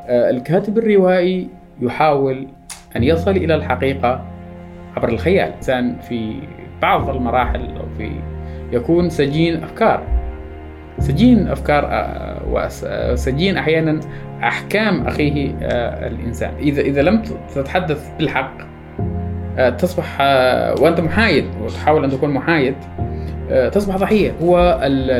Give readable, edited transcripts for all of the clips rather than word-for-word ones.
الكاتب الروائي يحاول أن يصل إلى الحقيقة عبر الخيال. الإنسان في بعض المراحل أو يكون سجين أفكار وسجين أحيانا أحكام أخيه الإنسان. إذا لم تتحدث بالحق تصبح وأنت محايد وتحاول أن تكون محايد تصبح ضحية. هو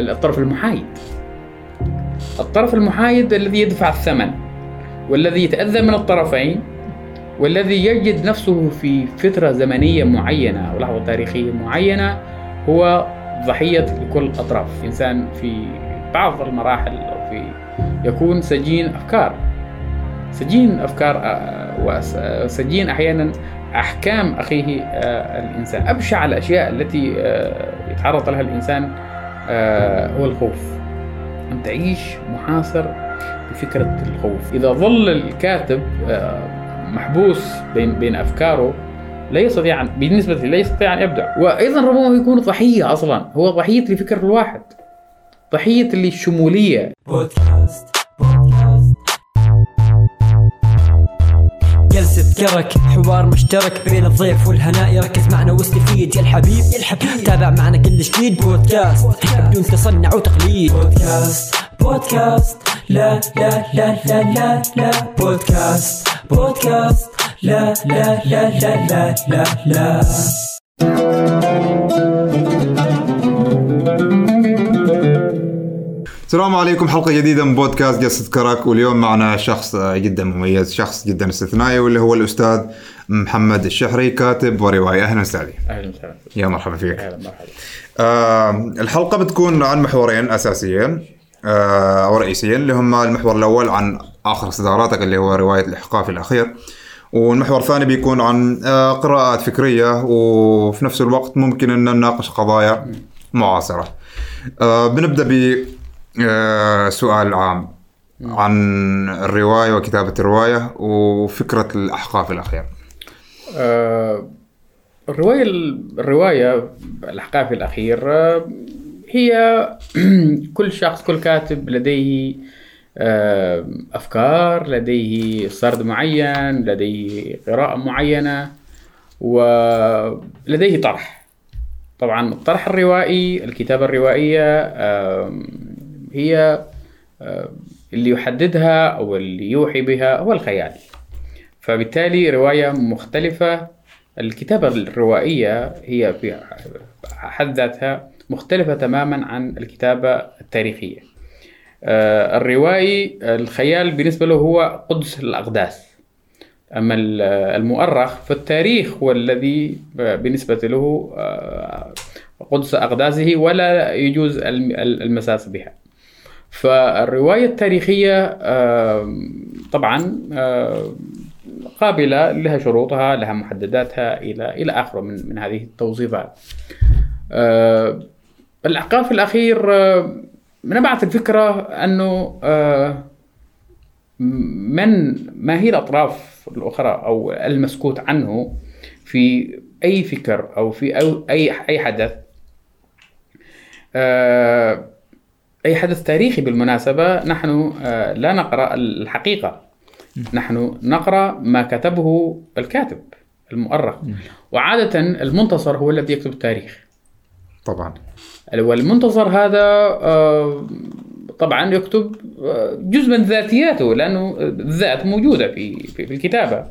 الطرف المحايد الذي يدفع الثمن والذي يتأذى من الطرفين والذي يجد نفسه في فترة زمنية معينة أو لحظة تاريخية معينة هو ضحية لكل الأطراف. الإنسان في بعض المراحل أو يكون سجين أفكار وسجين أحيانا أحكام أخيه الإنسان. أبشع الأشياء التي يتعرض لها الإنسان هو الخوف، أن تعيش محاصر بفكرة الخوف. إذا ظل الكاتب محبوس بين أفكاره لا يستطيع أن يبدع. وأيضا ربما يكون ضحية، أصلا هو ضحية لفكر الواحد، ضحية للشمولية. جلسة كرك، حوار مشترك بين الضيف والهناء، يركز معنا واستفيد يا الحبيب. تابع معنا كل جديد. بودكاست بدون تصنع وتقليد. بودكاست لا لا لا لا لا لا. بودكاست لا لا لا لا لا لا لا. السلام عليكم، حلقة جديدة من بودكاست جلسة كرك، واليوم معنا شخص جدا مميز، شخص جدا استثنائي، واللي هو الأستاذ محمد الشحري، كاتب وروائي. أهلا وسهلا. أهلا وسهلا. يا مرحبا فيك. أهلا مرحبا. الحلقة بتكون عن محورين أساسيين أو رئيسيين، اللي هما المحور الأول عن آخر صداراتك اللي هو رواية الإحقاف الأخير، والمحور الثاني بيكون عن قراءات فكرية، وفي نفس الوقت ممكن أن نناقش قضايا معاصرة. بنبدأ بسؤال عام عن الرواية وكتابة الرواية وفكرة الأحقاف الأخير. الرواية الأحقاف الأخير هي كل كاتب لديه أفكار، لديه سرد معين، لديه قراءة معينة، ولديه طرح. طبعا الطرح الروائي، الكتابة الروائية هي اللي يحددها أو اللي يوحي بها هو الخيال. فبالتالي رواية مختلفة. الكتابة الروائية هي في حد ذاتها مختلفة تماما عن الكتابة التاريخية. الروائي الخيال بالنسبة له هو قدس الأقداس، أما المؤرخ فالتاريخ هو الذي بالنسبة له قدس أقداسه ولا يجوز المساس بها. فالرواية التاريخية طبعا قابلة، لها شروطها، لها محدداتها إلى آخره من هذه التوظيفات. الأحقاف الأخير نبعت الفكرة أنه ما هي الأطراف الأخرى أو المسكوت عنه في أي فكر أو في أي حدث، أي حدث تاريخي. بالمناسبة نحن لا نقرأ الحقيقة، نحن نقرأ ما كتبه الكاتب المؤرخ، وعادة المنتصر هو الذي يكتب التاريخ. طبعا والمنتصر هذا طبعا يكتب جزء من ذاتياته، لأنه الذات موجودة في الكتابة،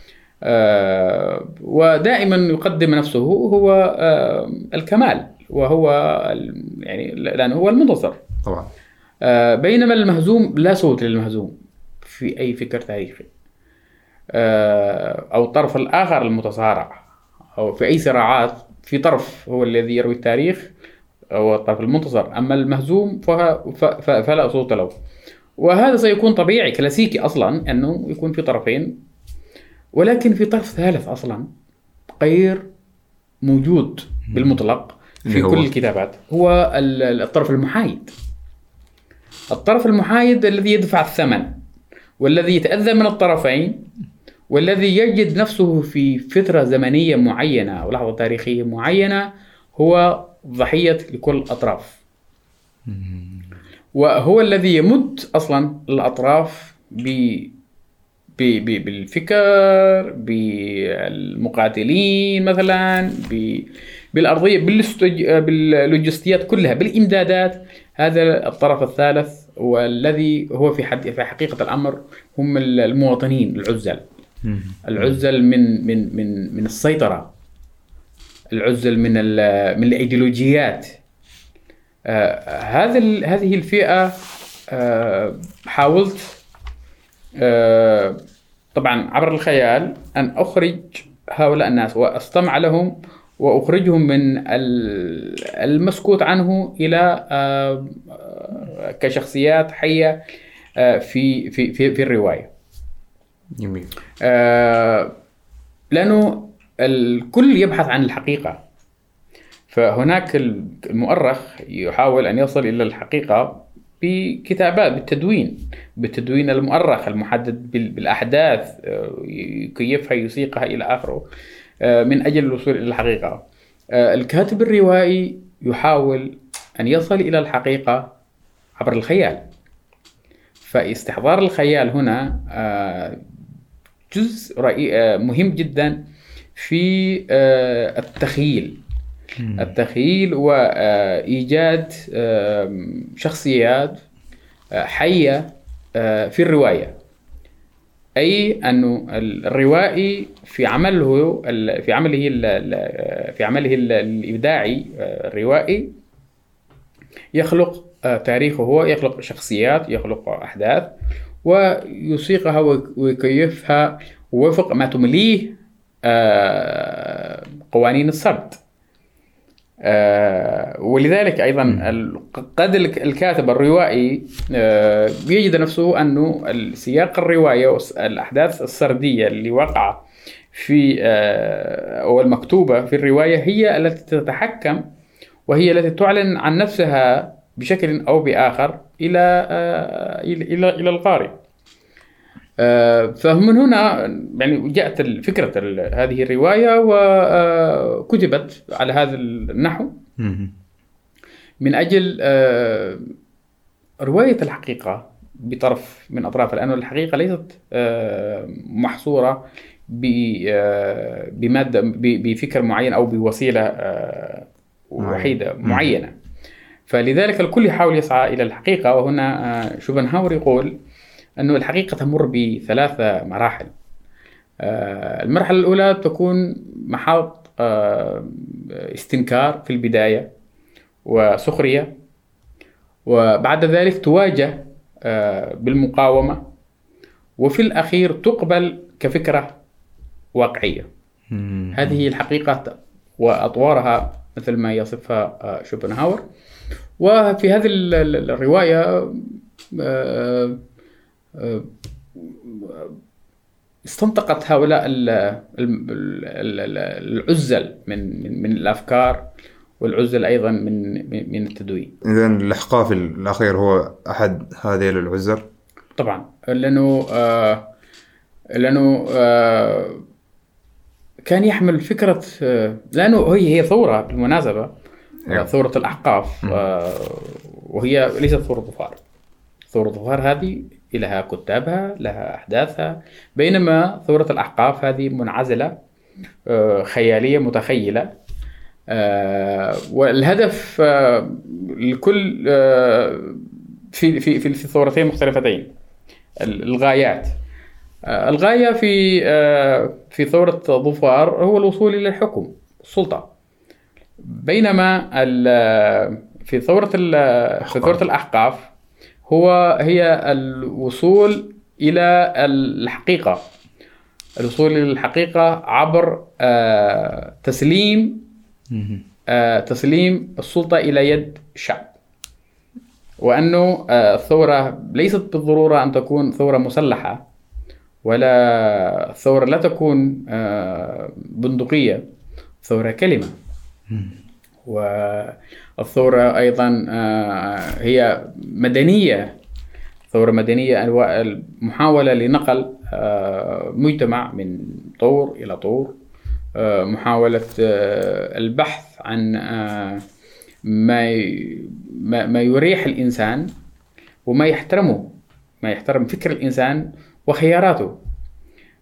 ودائما يقدم نفسه هو الكمال، وهو يعني لأنه هو المنتصر طبعا. بينما المهزوم لا صوت للمهزوم في أي فكر تاريخي، أو الطرف الآخر المتصارع، أو في أي صراعات في طرف هو الذي يروي التاريخ أو الطرف المنتصر، أما المهزوم فلا صوت له. وهذا سيكون طبيعي كلاسيكي أصلا أنه يكون في طرفين، ولكن في طرف ثالث أصلا غير موجود بالمطلق في كل الكتابات، هو الطرف المحايد. الطرف المحايد الذي يدفع الثمن والذي يتأذى من الطرفين والذي يجد نفسه في فترة زمنية معينة أو لحظة تاريخية معينة هو ضحية لكل الأطراف، وهو الذي يمد أصلا الأطراف بالفكر، بالمقاتلين مثلا، بالأرضية، باللوجستيات كلها، بالإمدادات. هذا الطرف الثالث والذي هو في حقيقة الأمر هم المواطنين العزل. العزل من السيطرة، العزل من الأيديولوجيات. هذه الفئة حاولت طبعا عبر الخيال أن أخرج هؤلاء الناس وأستمع لهم وأخرجهم من المسكوت عنه إلى كشخصيات حية في الرواية. جميل. لأنه الكل يبحث عن الحقيقة، فهناك المؤرخ يحاول أن يصل إلى الحقيقة بكتابات، بالتدوين المؤرخ المحدد بالأحداث، يكيفها يسيقها إلى آخره من أجل الوصول إلى الحقيقة. الكاتب الروائي يحاول أن يصل إلى الحقيقة عبر الخيال، فاستحضار الخيال هنا جزء مهم جدا في التخيل وإيجاد شخصيات حية في الرواية. أي أنه الروائي في عمله الإبداعي الروائي يخلق تاريخه، هو يخلق شخصيات، يخلق أحداث ويسيقها ويكيفها وفق ما تمليه قوانين السرد. ولذلك أيضا قد الكاتب الروائي يجد نفسه أنه سياق الرواية والأحداث السردية اللي وقع في أو المكتوبة في الرواية هي التي تتحكم، وهي التي تعلن عن نفسها بشكل أو بآخر إلى القارئ. فمن هنا يعني جاءت فكرة هذه الرواية وكتبت على هذا النحو من أجل رواية الحقيقة بطرف من أطراف، لأن الحقيقة ليست محصورة بمادة، بفكر معين أو بوسيلة وحيدة معينة. فلذلك الكل يحاول يسعى إلى الحقيقة. وهنا شوبنهاور يقول أنه الحقيقة تمر ب3 مراحل. المرحلة الأولى تكون محط استنكار في البداية وسخرية، وبعد ذلك تواجه بالمقاومة، وفي الأخير تقبل كفكرة واقعية. هذه الحقيقة وأطوارها مثل ما يصفها شوبنهاور. وفي هذه الرواية استنطقت هؤلاء العزل من الأفكار، والعزل أيضا من التدوين. إذن الإحقاف الأخير هو أحد هذه العزل طبعا، لأنه كان يحمل فكرة، لأنه هي ثورة بالمناسبة، ثورة الأحقاف، وهي ليست ثورة ظفار. ثورة ظفار هذه لها كتابها، لها أحداثها، بينما ثورة الأحقاف هذه منعزلة، خيالية متخيلة. والهدف الكل في الثورتين مختلفتين. الغايات، الغاية في ثورة ظفار هو الوصول إلى الحكم، السلطة، بينما في ثورة الأحقاف هي الوصول إلى الحقيقة، الوصول إلى الحقيقة عبر تسليم السلطة إلى يد الشعب. وأنه الثورة ليست بالضرورة أن تكون ثورة مسلحة، ولا ثورة لا تكون بندقية، ثورة كلمة. والثورة أيضا هي مدنية، ثورة مدنية، محاولة لنقل مجتمع من طور إلى طور، محاولة البحث عن ما يريح الإنسان وما يحترمه، ما يحترم فكر الإنسان وخياراته.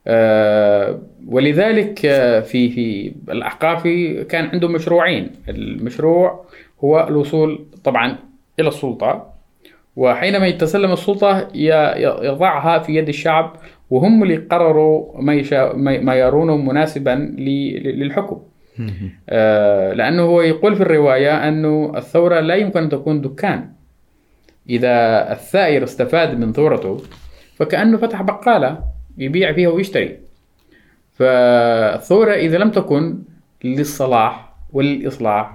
ولذلك في الأحقافي كان عنده مشروعين. المشروع هو الوصول طبعا إلى السلطة، وحينما يتسلم السلطة يضعها في يد الشعب، وهم اللي قرروا ما يرونه مناسبا للحكم. لأنه هو يقول في الرواية أنه الثورة لا يمكن أن تكون دكان. إذا الثائر استفاد من ثورته فكأنه فتح بقالة يبيع فيها ويشتري. فالثورة إذا لم تكن للصلاح والإصلاح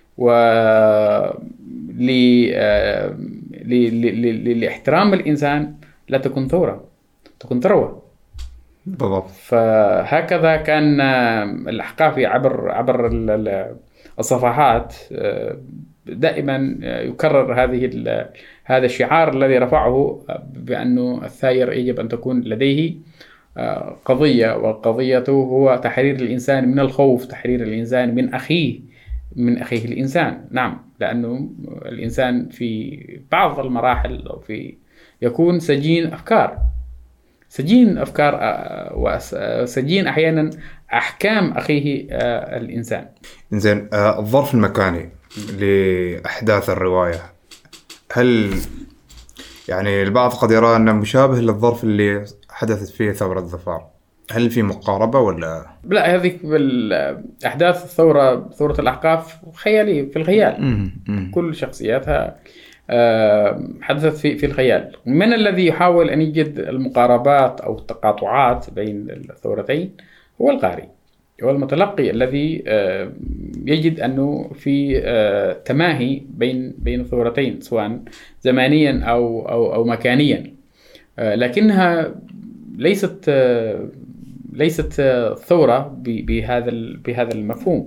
لاحترام الإنسان لا تكون ثورة، تكون ثروة. بالضبط. فهكذا كان الأحقافي عبر الصفحات دائما يكرر هذا الشعار الذي رفعه بأنه الثائر يجب أن تكون لديه قضية، وقضيته هو تحرير الإنسان من الخوف، تحرير الإنسان من أخيه الإنسان. نعم، لأنه الإنسان في بعض المراحل أو يكون سجين أفكار وسجين أحيانا أحكام أخيه الإنسان. إنزين، الظرف المكاني لأحداث الرواية، هل يعني البعض قد يرى أنه مشابه للظرف اللي حدثت فيه ثورة ظفار؟ هل في مقاربة ولا؟ لا، هذه أحداث ثورة الأحقاف خيالية في الخيال. كل شخصياتها حدثت في الخيال. من الذي يحاول أن يجد المقاربات أو التقاطعات بين الثورتين هو القارئ، هو المتلقي الذي يجد أنه في تماهي بين الثورتين سواء زمانيا أو مكانيا، لكنها ليست ثورة بهذا المفهوم.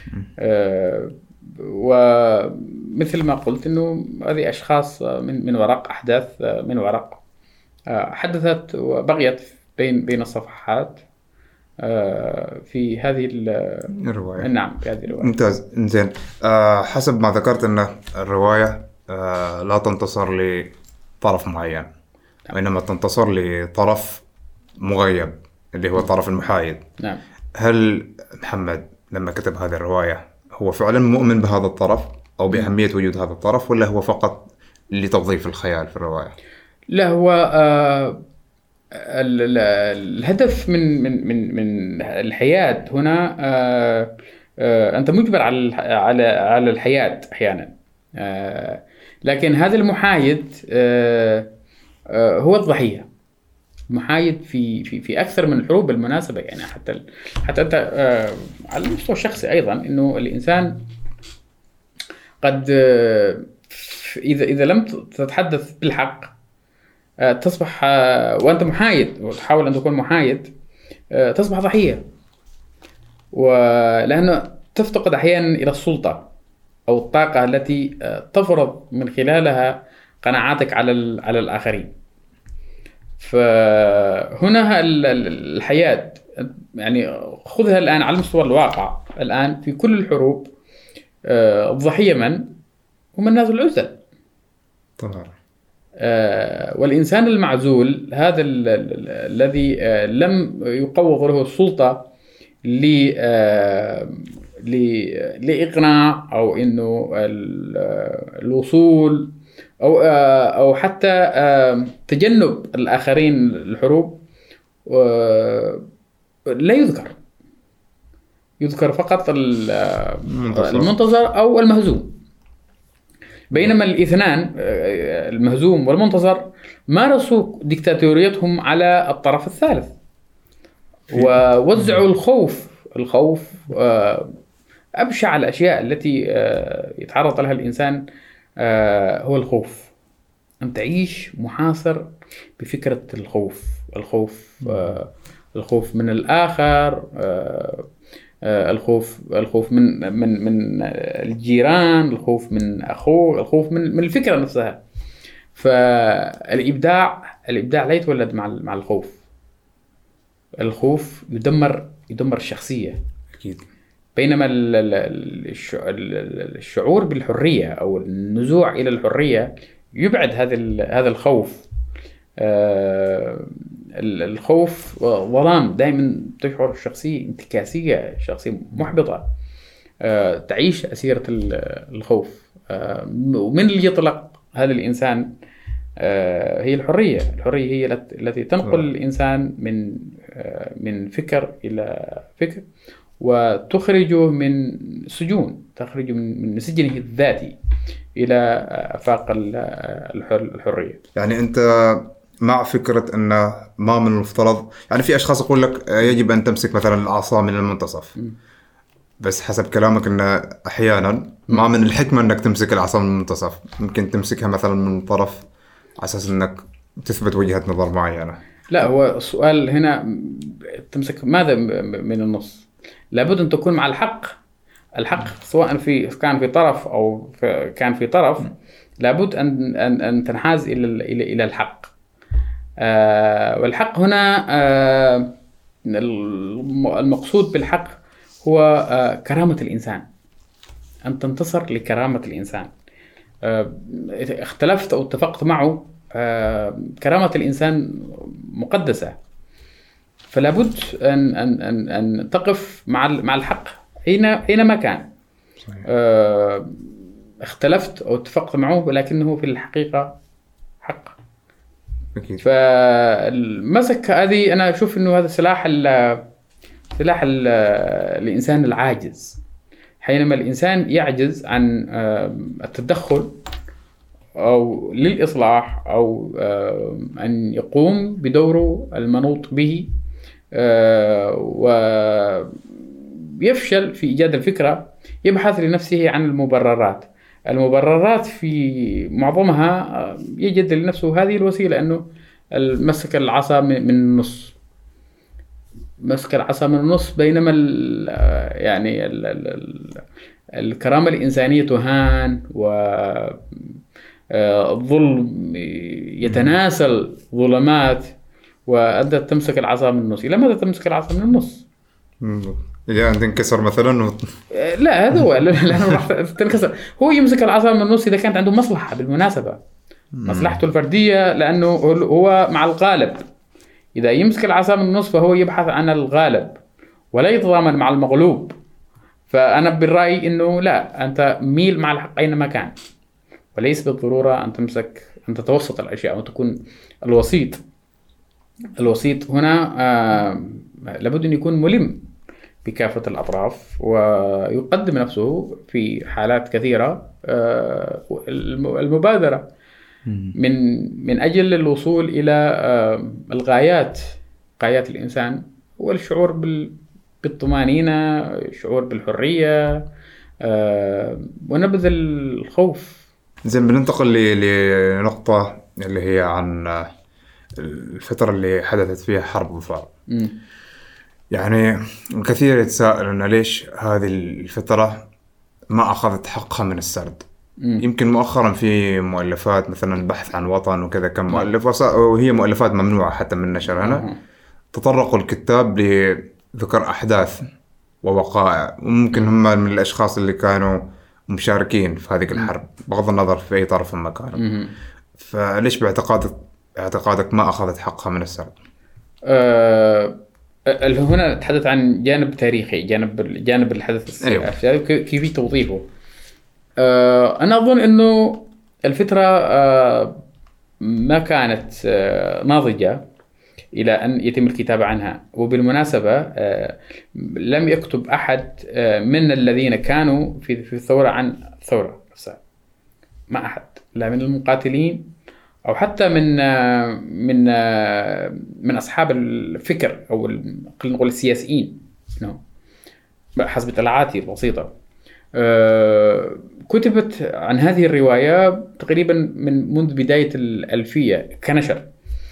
ومثل ما قلت أنه هذه أشخاص من ورق أحداث من ورق حدثت وبقيت بين الصفحات في هذه الرواية. نعم، في هذه الرواية. ممتاز. إنزين، حسب ما ذكرت أن الرواية لا تنتصر لطرف معين، وإنما تنتصر لطرف مغيب اللي هو الطرف المحايد. نعم. هل محمد لما كتب هذه الرواية هو فعلا مؤمن بهذا الطرف أو بأهمية وجود هذا الطرف، ولا هو فقط لتوظيف الخيال في الرواية؟ لا، هو الهدف من الحياد هنا، أنت مجبر على الحياد أحيانا، لكن هذا المحايد هو الضحية. محايد في أكثر من الحروب بالمناسبة. يعني حتى أنت على المستوى الشخصي أيضا، إنه الإنسان قد إذا لم تتحدث بالحق تصبح وأنت محايد وتحاول أن تكون محايد تصبح ضحية، ولأنه تفتقد أحيانا إلى السلطة أو الطاقة التي تفرض من خلالها قناعاتك على الآخرين. فهنا الحياة يعني خذها الآن على مستوى الواقع. الآن في كل الحروب الضحية من هم الناس العزل طبعا. والإنسان المعزول هذا الذي لم يقوض له السلطة لإقناع أو إنه الوصول أو حتى تجنب الآخرين الحروب، لا يذكر فقط المنتصر أو المهزوم. بينما الاثنان المهزوم والمنتصر مارسوا ديكتاتوريتهم على الطرف الثالث، ووزعوا الخوف أبشع الأشياء التي يتعرض لها الإنسان هو الخوف. أن تعيش محاصر بفكرة الخوف من الآخر، الخوف من الجيران، الخوف من أخوه، الخوف من الفكرة نفسها. فالإبداع لا يتولد مع الخوف يدمر الشخصية أكيد. بينما الشعور بالحرية أو النزوع إلى الحرية يبعد هذا الخوف. الخوف ظلام، دائما تشعر الشخصية انتكاسية، شخصية محبطة، تعيش أسيرة الخوف. ومن اللي يطلق هذا الإنسان هي الحرية هي التي تنقل الإنسان من فكر إلى فكر، وتخرجه من سجون، تخرجه من سجنه الذاتي إلى آفاق الحرية. يعني أنت مع فكرة أنه ما من المفترض، يعني في أشخاص يقول لك يجب أن تمسك مثلا العصا من المنتصف، بس حسب كلامك أنه أحيانا ما من الحكمة أنك تمسك العصا من المنتصف، ممكن تمسكها مثلا من طرف على أساس أنك تثبت وجهة نظر معينة. لا، هو السؤال هنا تمسك ماذا من النص؟ لابد أن تكون مع الحق سواء كان في طرف أو كان في طرف، لابد أن تنحاز إلى الحق. والحق هنا المقصود بالحق هو كرامة الإنسان، أن تنتصر لكرامة الإنسان. اختلفت أو اتفقت معه، كرامة الإنسان مقدسة، فلا بد أن تقف مع الحق أينما كان. اختلفت أو اتفقت معه ولكنه في الحقيقة حق. أكيد. فالمسك هذه أنا أشوف إنه هذا سلاح الإنسان العاجز. حينما الإنسان يعجز عن التدخل أو للإصلاح أو أن يقوم بدوره المنوط به، ويفشل في إيجاد الفكرة، يبحث لنفسه عن المبررات في معظمها يجد لنفسه هذه الوسيلة، أنه مسك العصا من النص، مسك العصا من النص، بينما يعني الكرامة الإنسانية تهان، والظلم يتناسل ظلمات، وأنت تمسك العصا من النص. إلى ماذا تمسك العصا من النص؟ إذا أنت تنكسر مثلا لا، هذا هو لأنه راح تنكسر. هو يمسك العصا من النص إذا كانت عنده مصلحة، بالمناسبة مصلحته الفردية، لأنه هو مع الغالب. إذا يمسك العصا من النص فهو يبحث عن الغالب ولا يتضامن مع المغلوب. فأنا بالرأي إنه لا، أنت ميل مع الحق أينما كان، وليس بالضرورة أن تتوسط الأشياء أو تكون الوسيط هنا لابد أن يكون ملم بكافة الأطراف، ويقدم نفسه في حالات كثيرة المبادرة من أجل الوصول إلى غايات الإنسان، والشعور بالطمأنينة، الشعور بالحرية، ونبذ الخوف. زين، بننتقل لنقطة اللي هي عن الفترة اللي حدثت فيها حرب ظفار. يعني الكثير يتساءل أن ليش هذه الفترة ما أخذت حقها من السرد. يمكن مؤخرا في مؤلفات مثلا البحث عن وطن وكذا، كم مؤلف وهي مؤلفات ممنوعة حتى من نشر هنا، تطرقوا الكتاب لذكر أحداث ووقائع، وممكن هم من الأشخاص اللي كانوا مشاركين في هذه الحرب بغض النظر في أي طرف ما كانوا. فليش باعتقادك ما أخذت حقها من السرد؟ هنا نتحدث عن جانب تاريخي، جانب الحدث السياسي. أيوة. كيف توظيفه؟ أنا أظن أنه الفترة ما كانت ناضجة إلى أن يتم الكتابة عنها. وبالمناسبة لم يكتب أحد من الذين كانوا في الثورة عن الثورة نفسها، ما أحد، لا من المقاتلين أو حتى من أصحاب الفكر أو خلينا نقول السياسيين، حسب اطلاعاتي البسيطة. كتبت عن هذه الرواية تقريبا منذ بداية الألفية كنشر.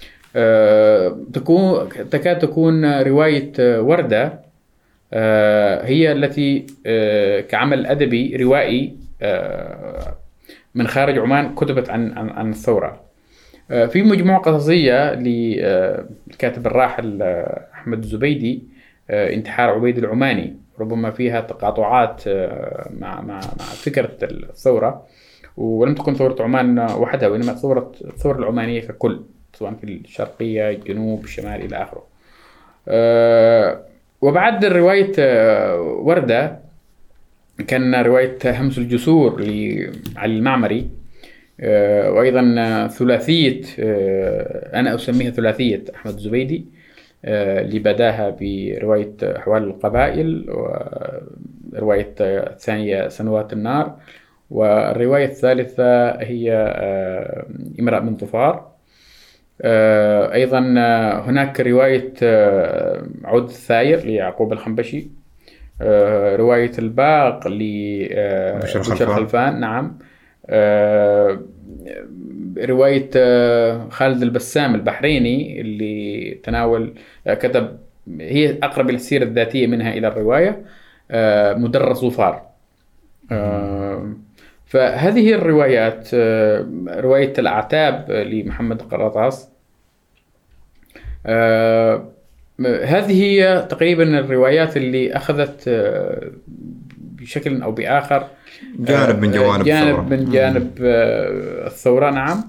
تكاد تكون رواية وردة هي التي كعمل أدبي روائي من خارج عمان كتبت عن الثورة. في مجموعة قصصية للكاتب الراحل أحمد الزبيدي، انتحار عبيد العماني، ربما فيها تقاطعات مع فكرة الثورة، ولم تكن ثورة عمان وحدها، وإنما الثورة العمانية ككل. سواء في الشرقية، الجنوب، الشمال إلى آخره. وبعد رواية وردة كان رواية همس الجسور لعلي المعمري، وأيضا ثلاثية أنا أسميها ثلاثية أحمد الزبيدي اللي بداها برواية أحوال القبائل، ورواية الثانية سنوات النار، والرواية الثالثة هي امرأة من ظفار. أيضا هناك رواية عود الثاير ليعقوب الخنبشي، رواية الباق لبشر خلفان، نعم، رواية خالد البسام البحريني اللي تناول كتب هي أقرب السيرة الذاتية منها إلى الرواية، مدرس ظفار. فهذه الروايات، رواية الأعتاب لمحمد قراطاس، هذه هي تقريبا الروايات اللي أخذت بشكل أو بآخر جانب من جانب الثورة، نعم،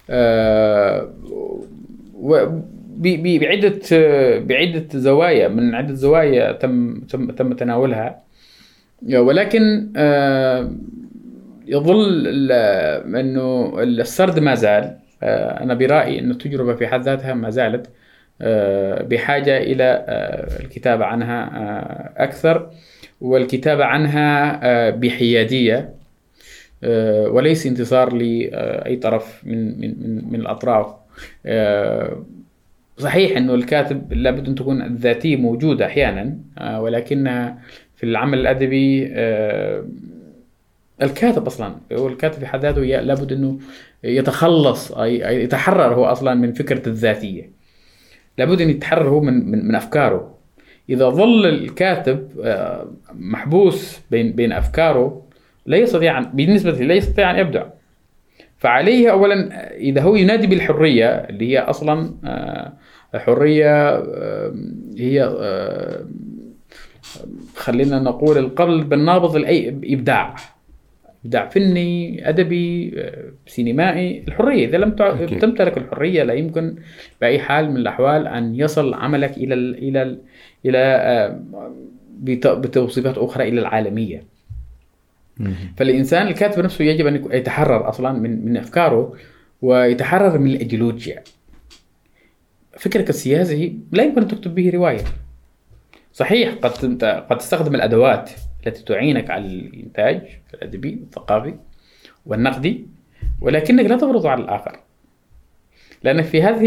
بعدة زوايا، من عدة زوايا تم تناولها، ولكن يظل أنه السرد ما زال، أنا برأيي أن التجربة في حد ذاتها ما زالت بحاجة إلى الكتابة عنها أكثر، والكتابة عنها بحيادية، وليس انتصار لأي طرف من الأطراف. صحيح أنه الكاتب لابد أن تكون الذاتية موجودة أحيانا، ولكن في العمل الأدبي الكاتب أصلا، والكاتب في حد ذاته لابد أنه يتخلص، أي يتحرر هو أصلا من فكرة الذاتية، لابد أن يتحرر هو من أفكاره. إذا ظل الكاتب محبوس بين أفكاره لا يستطيع، بالنسبة لي لا يستطيع أن يبدع. فعليه أولا إذا هو ينادي بالحرية اللي هي أصلا حرية، هي خلينا نقول القبل بالنابض إبداع فني، أدبي، سينمائي. الحرية إذا لم تمتلك الحرية لا يمكن بأي حال من الأحوال أن يصل عملك إلى بتوصيفات أخرى إلى العالمية. فالإنسان الكاتب نفسه يجب أن يتحرر أصلا من أفكاره، ويتحرر من الأيديولوجيا. فكرك السياسي لا يمكن أن تكتب به رواية. صحيح قد تستخدم الأدوات التي تعينك على الإنتاج الأدبي الثقافي والنقدي، ولكنك لا تفرض على الآخر، لأنك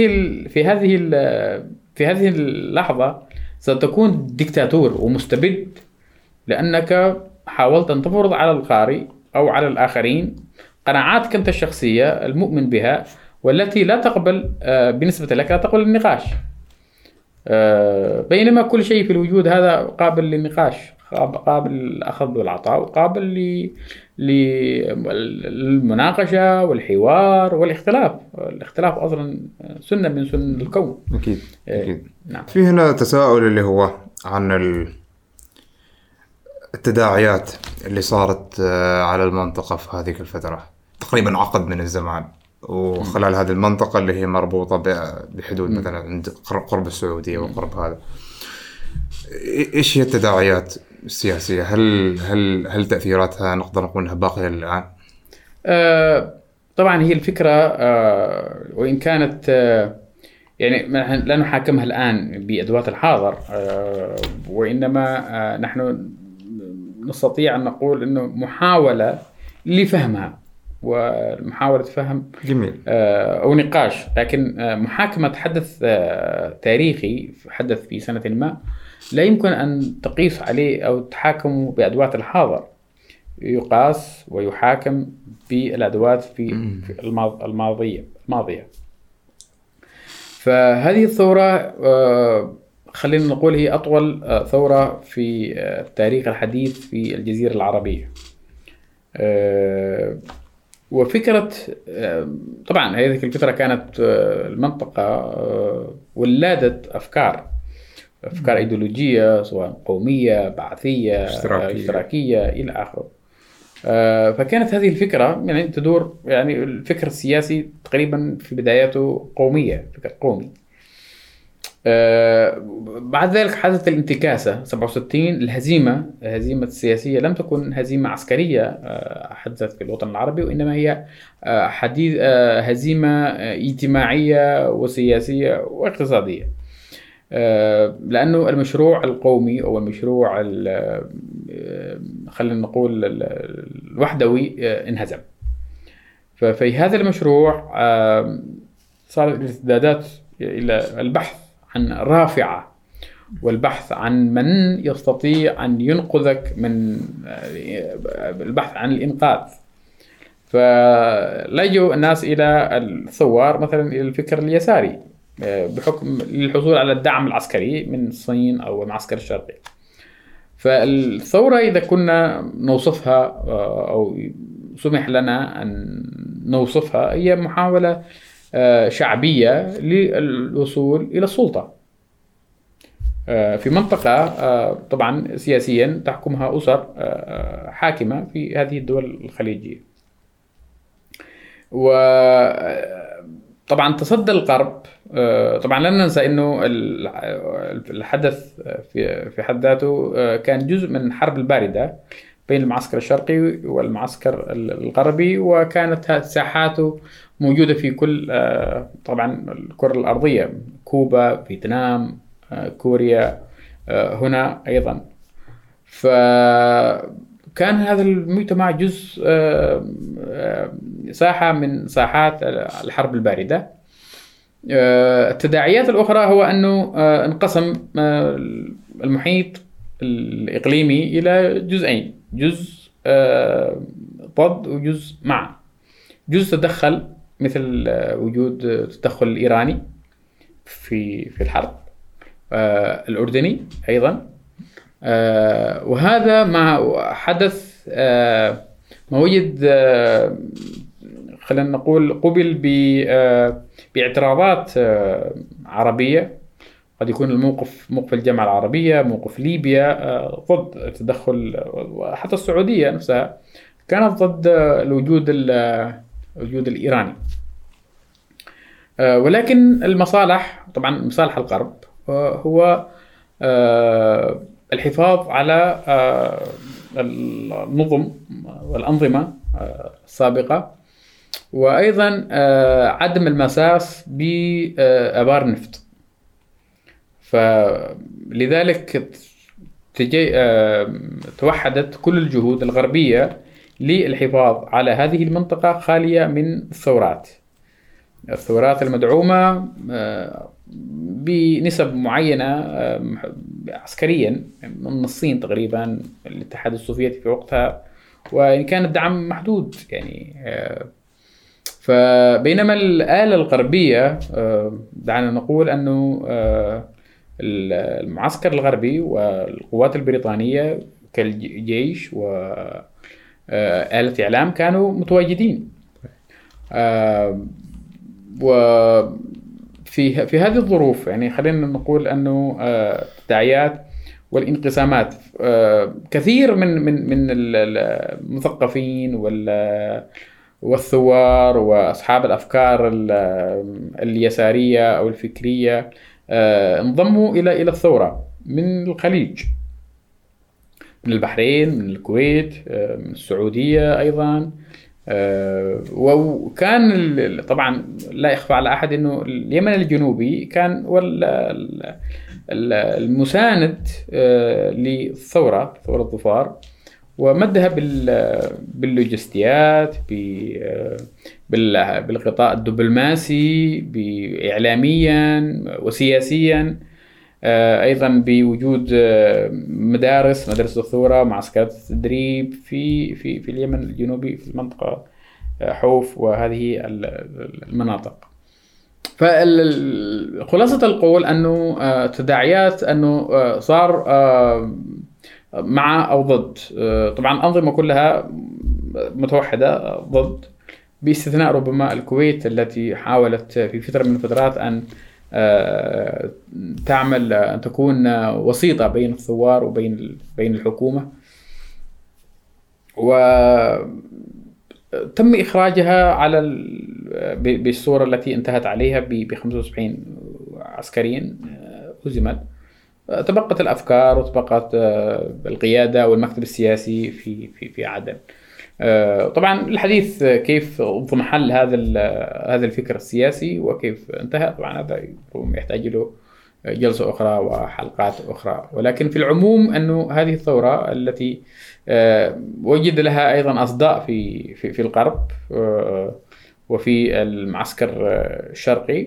في هذه اللحظة ستكون ديكتاتور ومستبد، لأنك حاولت أن تفرض على القارئ أو على الآخرين قناعاتك أنت الشخصية المؤمن بها، والتي لا تقبل بالنسبة لك لا تقبل النقاش، بينما كل شيء في الوجود هذا قابل للنقاش، قابل للأخذ والعطاء، وقابل للمناقشة والحوار والاختلاف. الاختلاف أصلا سنة من سنن الكون. أكيد. نعم. في هنا تساؤل اللي هو عن التداعيات اللي صارت على المنطقة في هذه الفترة، تقريبا عقد من الزمان، وخلال هذه المنطقة اللي هي مربوطة بحدود مثلا عند قرب السعودية وقرب هذا. إيش هي التداعيات السياسية؟ هل تأثيراتها نقدر نقول أنها باقية الآن؟ طبعا هي الفكرة، وإن كانت يعني لا نحاكمها الآن بأدوات الحاضر، وإنما نحن نستطيع أن نقول أنه محاولة لفهمها ومحاولة فهم جميل أو نقاش، لكن محاكمة حدث تاريخي حدث في سنة ما لا يمكن أن تقيس عليه أو تحاكم بأدوات الحاضر، يقاس ويحاكم بالأدوات في الماضية. فهذه الثورة خلينا نقول هي أطول ثورة في التاريخ الحديث في الجزيرة العربية. وفكرة طبعا هذه الفترة كانت المنطقة ولادت أفكار أيديولوجية، سواء قومية، بعثية، اشتراكية إلى آخره. فكانت هذه الفكرة يعني تدور، يعني الفكر السياسي تقريبا في بداياته قومية، فكر قومي. بعد ذلك حدثت الانتكاسة 67. الهزيمة السياسية لم تكن هزيمة عسكرية حدثت في الوطن العربي، وإنما هي هزيمة اجتماعية وسياسية واقتصادية، لأنه المشروع القومي أو المشروع خلينا نقول الوحدوي انهزم. ففي هذا المشروع صارت الارتدادات إلى البحث عن رافعة، والبحث عن من يستطيع أن ينقذك من البحث عن الإنقاذ. فلجوا الناس إلى الثوار مثلا إلى الفكر اليساري بحكم للحصول على الدعم العسكري من الصين أو المعسكر الشرقي. فالثورة إذا كنا نوصفها أو سمح لنا أن نوصفها، هي محاولة شعبية للوصول إلى السلطة في منطقة طبعا سياسيا تحكمها أسر حاكمة في هذه الدول الخليجية. وطبعا تصدى الغرب، طبعا لا ننسى أنه الحدث في حد ذاته كان جزء من الحرب الباردة بين المعسكر الشرقي والمعسكر الغربي، وكانت ساحاته موجودة في كل طبعا الكرة الأرضية، كوبا، فيتنام، كوريا هنا أيضا. فكان هذا المجتمع جزء ساحة من ساحات الحرب الباردة. التداعيات الأخرى هو أنه انقسم المحيط الإقليمي إلى جزئين، جزء ضد وجزء مع. جزء تدخل مثل وجود التدخل الإيراني في الحرب، الأردني أيضا، وهذا مع حدث ما وجد خلينا نقول قبل باعتراضات عربية. قد يكون الموقف موقف الجامعة العربية، موقف ليبيا ضد التدخل، وحتى السعودية نفسها كانت ضد الوجود الإيراني. ولكن المصالح، طبعا مصالح الغرب هو الحفاظ على النظم والأنظمة السابقة، وأيضا عدم المساس بآبار النفط. فلذلك توحدت كل الجهود الغربية للحفاظ على هذه المنطقة خالية من الثورات المدعومة بنسب معينة عسكريا من الصين تقريبا، الاتحاد السوفيتي في وقتها، وإن كان الدعم محدود يعني. فبينما الآلة الغربية دعنا نقول أنه المعسكر الغربي والقوات البريطانية كالجيش وآلة إعلام كانوا متواجدين، وفي هذه الظروف يعني خلينا نقول أنه التداعيات والانقسامات، كثير من المثقفين والثوار وأصحاب الأفكار اليسارية أو الفكرية انضموا إلى الثورة من الخليج، من البحرين، من الكويت، من السعودية أيضا. وكان طبعا لا يخفى على أحد أنه اليمن الجنوبي كان المساند للثورة، ثورة الظفار، ومدها باللوجستيات، بالغطاء الدبلوماسي، إعلاميا وسياسيا، أيضا بوجود مدارس الثورة، معسكرات التدريب في اليمن الجنوبي، في المنطقة حوف وهذه المناطق. فخلاصة القول أنه تداعيات أنه صار مع أو ضد، طبعا الأنظمة كلها متوحدة ضد، باستثناء ربما الكويت التي حاولت في فترة من الفترات أن تعمل أن تكون وسيطة بين الثوار وبين الحكومة. وتم إخراجها على بالصورة التي انتهت عليها ب 75 عسكريا هزمت. تبقت الأفكار وتبقت القيادة والمكتب السياسي في عدن. طبعا الحديث كيف ضمحل هذا الفكر السياسي وكيف انتهى، طبعا هذا يحتاج له جلسة أخرى وحلقات أخرى، ولكن في العموم أنه هذه الثورة التي وجد لها أيضا أصداء في الغرب وفي المعسكر الشرقي،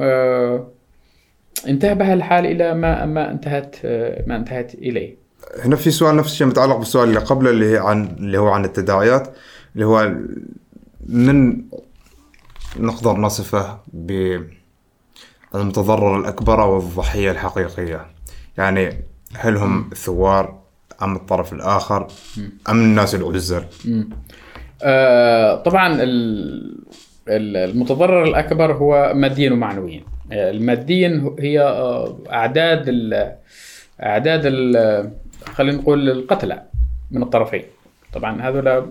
انتهى بها الحال إلى ما انتهت إليه. هنا في سؤال نفس الشيء متعلق بالسؤال اللي قبله، اللي هو عن التداعيات، اللي هو من نقدر نصفه بالمتضرر الأكبر أو الضحية الحقيقية. يعني هل هم الثوار أم الطرف الآخر أم الناس العزل؟ طبعا المتضرر الأكبر هو ماديا ومعنويا. الماديا هي أعداد خلينا نقول القتلى من الطرفين. طبعا هذول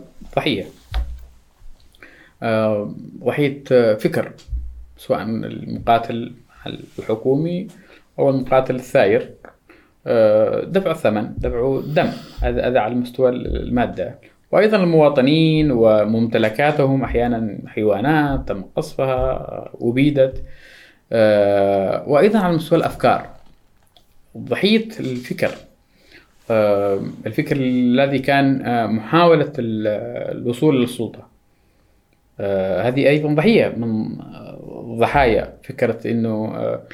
ضحية فكر، سواء المقاتل الحكومي أو المقاتل الثائر، دفع الثمن، دفع الدم، هذا على مستوى المادة. وأيضا المواطنين وممتلكاتهم، أحيانا حيوانات تم قصفها وبيدت. وأيضا على مستوى الأفكار، ضحية الفكر الذي كان محاولة الوصول للسلطة، هذه أيضا ضحية من ضحايا فكرة إنه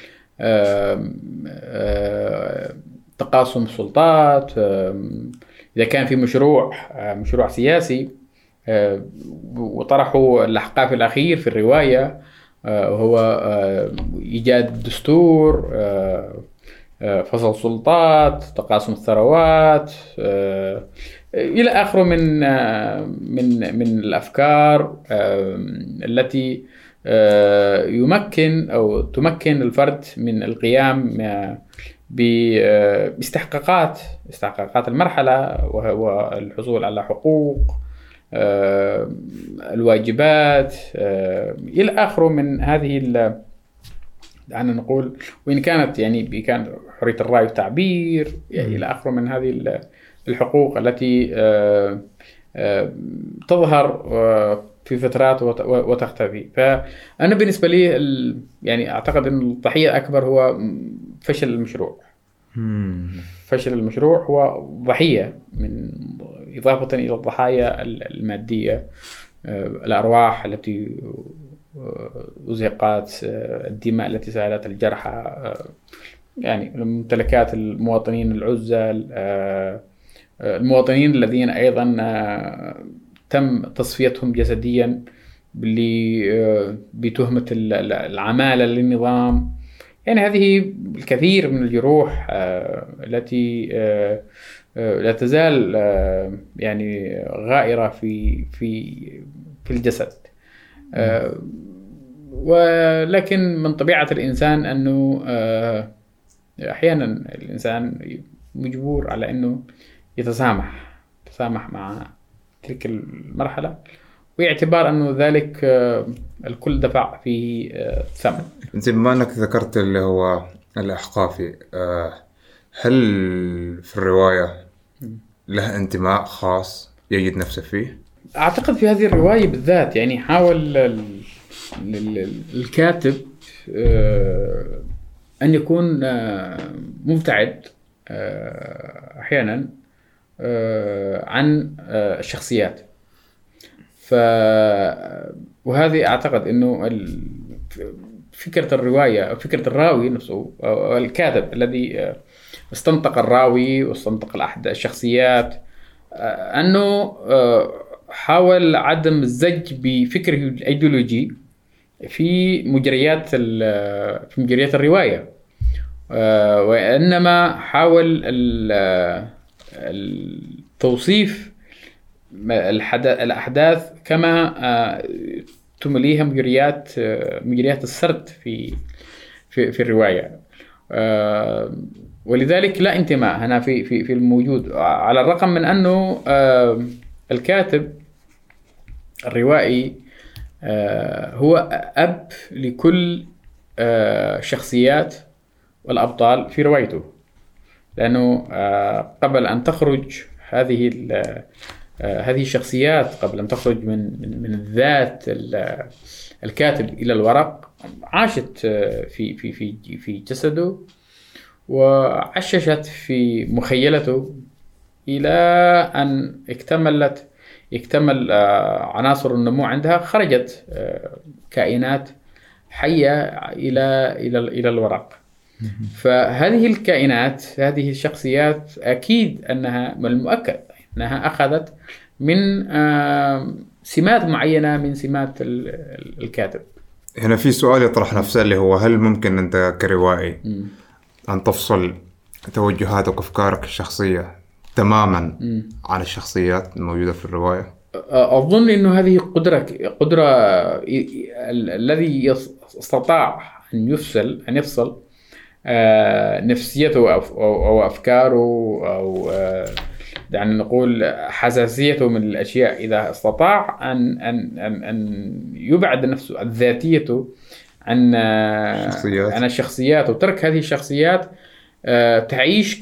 تقاسم السلطات. إذا كان في مشروع سياسي وطرحوا الأحقاف الأخير في الرواية، وهو إيجاد دستور، فصل سلطات، تقاسم الثروات، إلى آخره من الأفكار التي تمكن الفرد من القيام باستحقاقات المرحلة، وهو الحصول على حقوق، الواجبات، إلى آخره من هذه دعنا نقول، وإن كانت يعني كان حرية الرأي والتعبير، يعني إلى آخره من هذه الحقوق التي تظهر في فترات وتختفي. فأنا بالنسبة لي يعني أعتقد أن الضحية الأكبر هو فشل المشروع هو ضحية، من إضافة إلى الضحايا المادية، الأرواح التي أزهقت، الدماء التي سالت، الجرحى، يعني ممتلكات المواطنين العزل، المواطنين الذين أيضا تم تصفيتهم جسديا بتهمة العمالة للنظام. يعني هذه الكثير من الجروح التي لا تزال يعني غائرة في الجسد. ولكن من طبيعة الإنسان أنه أحيانا الإنسان مجبور على أنه يتسامح مع تلك المرحلة، باعتبار أنه ذلك الكل دفع فيه ثمن. أنت بما أنك ذكرت اللي هو الأحقافي، هل في الرواية له انتماء خاص يجد نفسه فيه؟ أعتقد في هذه الرواية بالذات يعني حاول الكاتب أن يكون مبتعد أحيانا عن الشخصيات. وهذه أعتقد أنه فكرة الرواية أو فكرة الراوي نفسه أو الكاتب الذي استنطق الراوي واستنطق الشخصيات، أنه حاول عدم الزج بفكره الأيديولوجي في مجريات الرواية، وإنما حاول التوصيف الأحداث كما تمليها مجريات السرد في الرواية. ولذلك لا انتماء هنا في الموجود، على الرغم من أنه الكاتب الروائي هو أب لكل شخصيات والأبطال في روايته، لأنه قبل أن تخرج هذه الشخصيات، قبل أن تخرج من الذات الكاتب إلى الورق، عاشت في جسده وعششت في مخيلته إلى أن اكتمل عناصر النمو عندها، خرجت كائنات حية إلى الورق. فهذه الكائنات، هذه الشخصيات، أكيد أنها من المؤكد أنها أخذت من سمات معينة من سمات الكاتب. هنا في سؤال يطرح نفسه، اللي هو هل ممكن أنت كروائي أن تفصل توجهاتك وأفكارك الشخصية تماما عن الشخصيات الموجودة في الرواية؟ أظن أنه هذه قدرة الذي استطاع أن يفصل نفسيته أو أفكاره أو يعني نقول حساسيته من الأشياء، إذا استطاع أن يبعد نفسه ذاتيته عن الشخصيات وترك هذه الشخصيات تعيش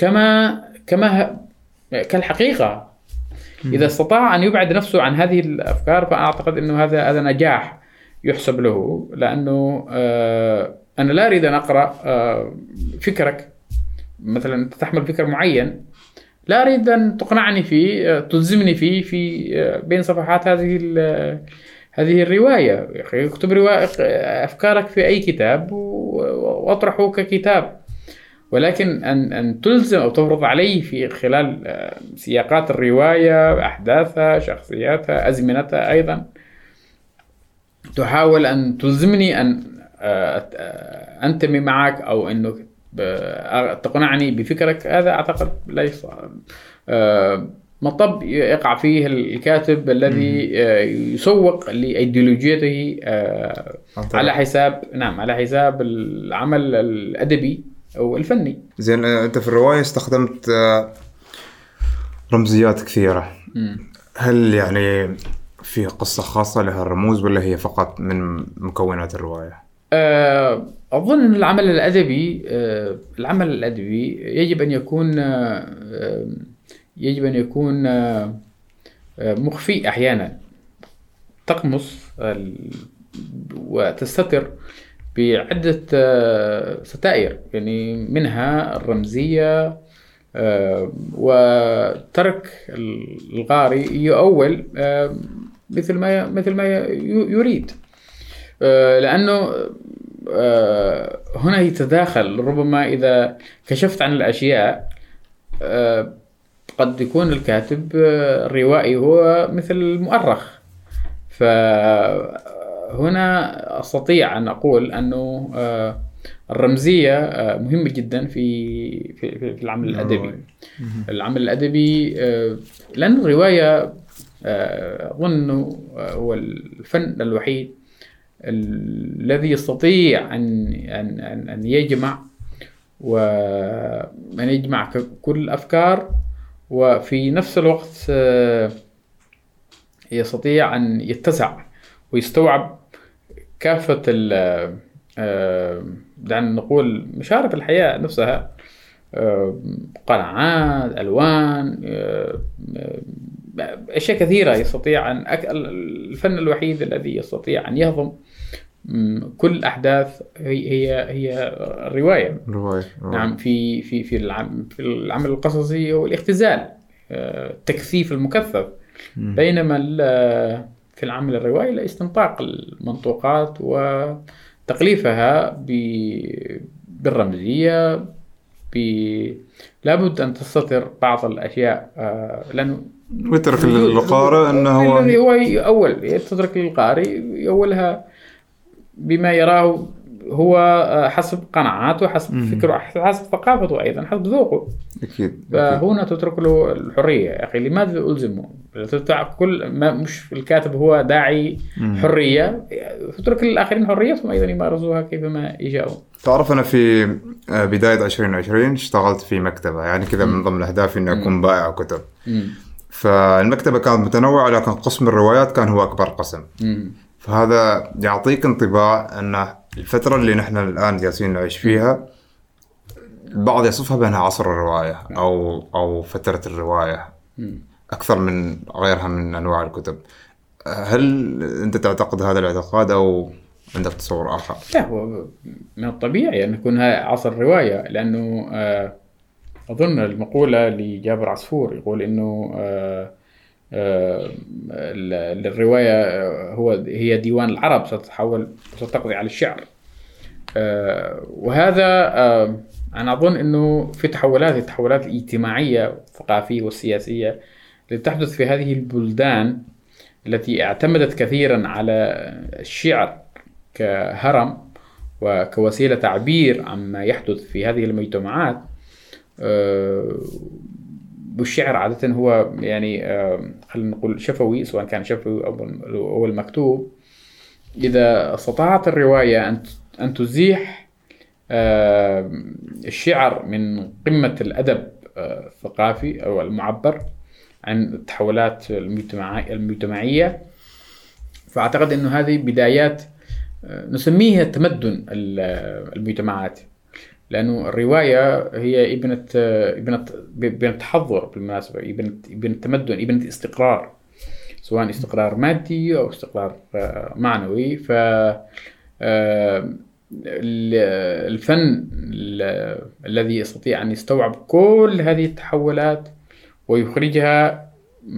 كالحقيقة. إذا استطاع أن يبعد نفسه عن هذه الأفكار، فأعتقد أنه هذا نجاح يحسب له، لأنه أنا لا أريد أن أقرأ فكرك، مثلا تحمل فكر معين، لا أريد أن تقنعني فيه، تلزمني فيه في بين صفحات هذه الرواية. اكتب أفكارك في أي كتاب وأطرحه ككتاب، ولكن أن تلزم أو تفرض علي في خلال سياقات الرواية، أحداثها، شخصياتها، أزمنتها، أيضا تحاول أن تلزمني أن أنتمي معك أو أنه تقنعني بفكرك، هذا أعتقد ليس مطب يقع فيه الكاتب الذي يسوق لأيديولوجيته على حساب العمل الأدبي أو الفني. زين، أنت في الرواية استخدمت رمزيات كثيرة، هل يعني في قصة خاصة لها الرموز ولا هي فقط من مكونات الرواية؟ أظن أن العمل الأدبي يجب أن يكون مخفي أحيانا، تقمص وتستتر بعدة ستائر، يعني منها الرمزية، وترك القارئ يؤول مثل ما يريد، لأنه هنا يتداخل. ربما إذا كشفت عن الأشياء قد يكون الكاتب الروائي هو مثل المؤرخ، فهنا أستطيع أن أقول أنه الرمزية مهمة جدا في العمل الأدبي. العمل الأدبي لأن الرواية أظن هو الفن الوحيد الذي يستطيع أن يجمع كل الأفكار، وفي نفس الوقت يستطيع أن يتسع ويستوعب كافة دعنا نقول مشارف الحياة نفسها، قناعات، ألوان، أشياء كثيرة. يستطيع الفن الوحيد الذي يستطيع أن يهضم كل الأحداث هي الرواية. نعم، في العمل القصصي هو الاختزال، التكثيف المكثف، بينما في العمل الروائي لاستنطاق المنطوقات وتقليفها بالرمزية. لابد أن تستتر بعض الأشياء، لأنه ويترك للقارئ أنه هو يترك للقارئ يولها بما يراه هو حسب قناعاته، حسب فكره، حسب ثقافته، أيضا حسب ذوقه. أكيد. فهنا تترك له الحرية. يا أخي لماذا ألزمه؟ كل ما مش الكاتب هو داعي حرية، تترك للآخرين حريتهم أيضا يمارسوها كيفما يشاءون. تعرف أنا في بداية 2020 اشتغلت في مكتبة، يعني كذا من ضمن أهدافي إني أكون بائع كتب. فالمكتبة كانت متنوعة لكن قسم الروايات كان هو أكبر قسم. فهذا يعطيك انطباع أن الفترة اللي نحن الآن جالسين نعيش فيها البعض يصفها بأنها عصر الرواية أو فترة الرواية أكثر من غيرها من أنواع الكتب. هل أنت تعتقد هذا الاعتقاد أو عندك تصور آخر؟ لا، هو من الطبيعي أن يكون هذا عصر الرواية، لأنه أظن المقولة لجابر عصفور يقول إنه الرواية هي ديوان العرب ستقضي على الشعر. وهذا أنا أظن إنه في التحولات الاجتماعية والثقافية والسياسية التي تحدث في هذه البلدان التي اعتمدت كثيرا على الشعر كهرم وكوسيلة تعبير عما يحدث في هذه المجتمعات. والشعر عادة هو يعني خلينا نقول شفوي، سواء كان شفوي أو المكتوب. إذا استطاعت الرواية أن تزيح الشعر من قمة الأدب الثقافي أو المعبر عن التحولات المجتمعية، فأعتقد أنه هذه بدايات نسميها تمدن المجتمعات، لأنه الرواية هي ابنة تحضر بالمناسبة، ابنة تمدن، ابنة استقرار، سواء استقرار مادي أو استقرار معنوي. ف الفن الذي يستطيع أن يستوعب كل هذه التحولات ويخرجها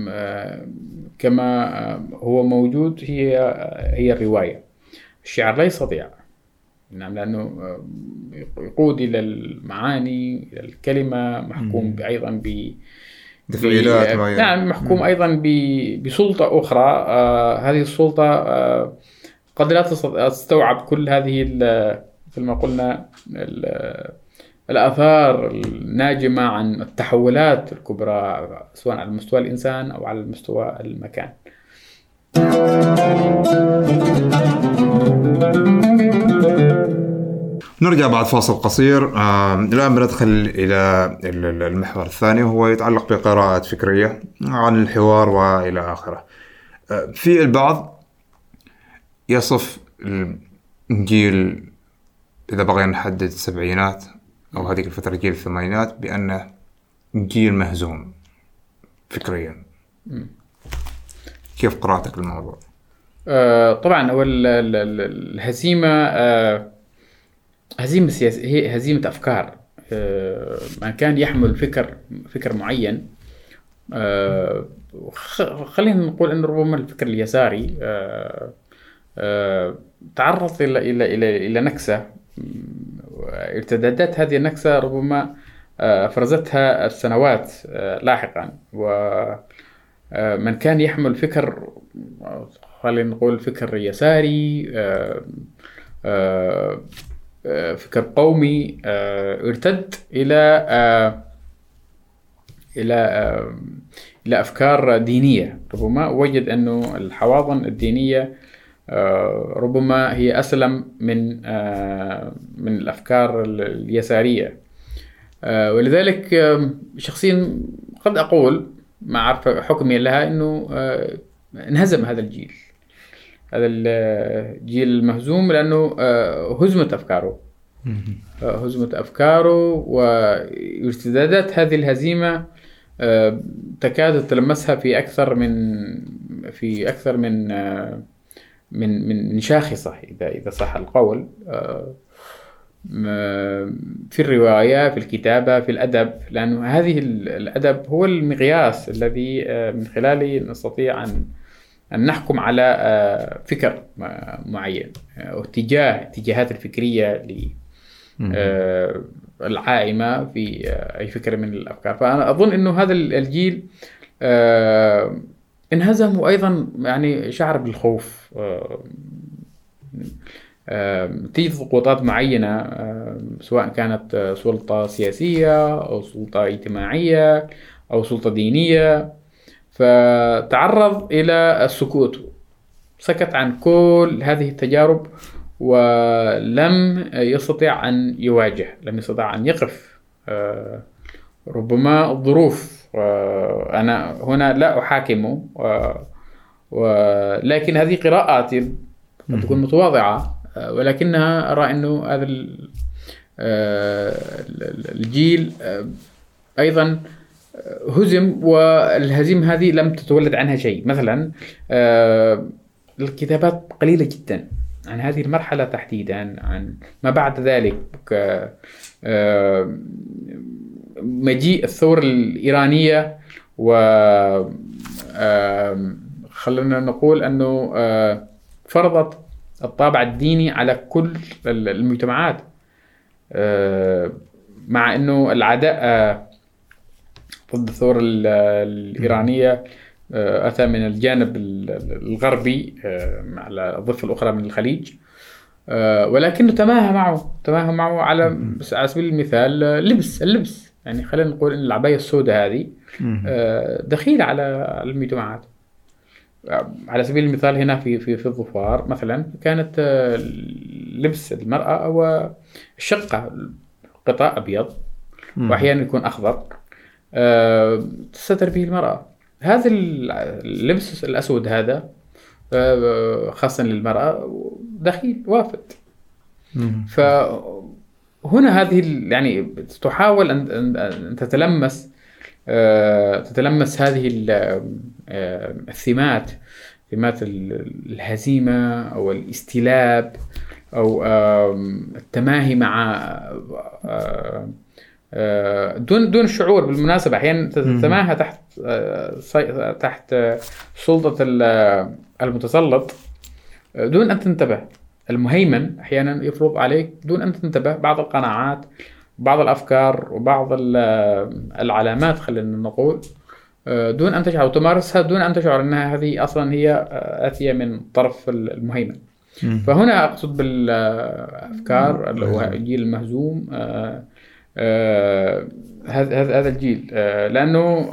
كما هو موجود هي الرواية. الشعر لا يستطيع، نعم، لأنه يقود إلى المعاني، إلى الكلمة، محكوم أيضا تفعيلات معينة. نعم، محكوم أيضا بسلطة أخرى. هذه السلطة قد لا تستوعب كل هذه مثل ما قلنا الآثار الناجمة عن التحولات الكبرى، سواء على مستوى الإنسان أو على مستوى المكان. نرجع بعد فاصل قصير. الآن بندخل إلى المحور الثاني، وهو يتعلق بقراءات فكرية عن الحوار وإلى آخره. في البعض يصف الجيل، إذا بغينا نحدد السبعينات أو هذه الفترة جيل الثمانينات، بأنه جيل مهزوم فكريا. كيف قراءتك للموضوع؟ طبعا أول الهزيمة هزيمة سياسية، هي هزيمة أفكار. من كان يحمل فكر معين، خلينا نقول أن ربما الفكر اليساري تعرض إلى نكسة. ارتدادات هذه النكسة ربما فرزتها السنوات لاحقا، ومن كان يحمل فكر، خلينا نقول فكر يساري، فكر قومي، ارتد إلى أفكار دينية. ربما وجد أنه الحواضن الدينية ربما هي أسلم من الأفكار اليسارية. ولذلك شخصيا قد أقول ما أعرف حكمي لها أنه انهزم هذا الجيل المهزوم، لأنه هزمت أفكاره وارتدادات هذه الهزيمة تكاد تلمسها في أكثر من شاخصة، إذا صح القول، في الرواية، في الكتابة، في الأدب، لأنه هذه الأدب هو المقياس الذي من خلاله نستطيع أن نحكم على فكر معين أو اتجاهات الفكرية العائمة في أي فكرة من الأفكار. فأنا أظن أنه هذا الجيل انهزم، وأيضا يعني شعر بالخوف. تيجي ضغوطات معينة، سواء كانت سلطة سياسية أو سلطة اجتماعية أو سلطة دينية، فتعرض إلى السكوت، سكت عن كل هذه التجارب ولم يستطيع أن يواجه، لم يستطيع أن يقف ربما الظروف، أنا هنا لا أحاكمه، ولكن هذه قراءاتي قد تكون متواضعة، ولكنها أرى أنه هذا الجيل أيضا هزم، والهزيمة هذه لم تتولد عنها شيء. مثلا الكتابات قليلة جدا عن هذه المرحلة تحديدا، عن ما بعد ذلك مجيء الثورة الإيرانية، و خلينا نقول أنه فرضت الطابع الديني على كل المجتمعات، مع أنه العداء ضد الثورة الإيرانية أتى من الجانب الغربي على الضفة الأخرى من الخليج، ولكنه تماهى معه على سبيل المثال اللبس. يعني خلينا نقول أن العباية السوداء هذه دخيلة على المجتمعات. على سبيل المثال هنا في الظفار مثلا كانت لبس المرأة والشقة قطاع أبيض وأحيانا يكون أخضر تستتر به المرأة. هذا اللبس الأسود هذا خاصة للمرأة دخيل وافد. فهنا هذه يعني تحاول أن تتلمس هذه الثمات الهزيمة أو الاستلاب أو التماهي مع دون الشعور. بالمناسبة أحيانا تتماهى تحت سلطة المتسلط دون أن تنتبه. المهيمن أحيانا يفرض عليك دون أن تنتبه بعض القناعات، بعض الأفكار، وبعض العلامات خلينا نقول دون أن تشعر، وتمارسها دون أن تشعر أنها هذه أصلا هي آتية من طرف المهيمن. فهنا أقصد بالأفكار اللي هو الجيل المهزوم، هذا الجيل، لأنه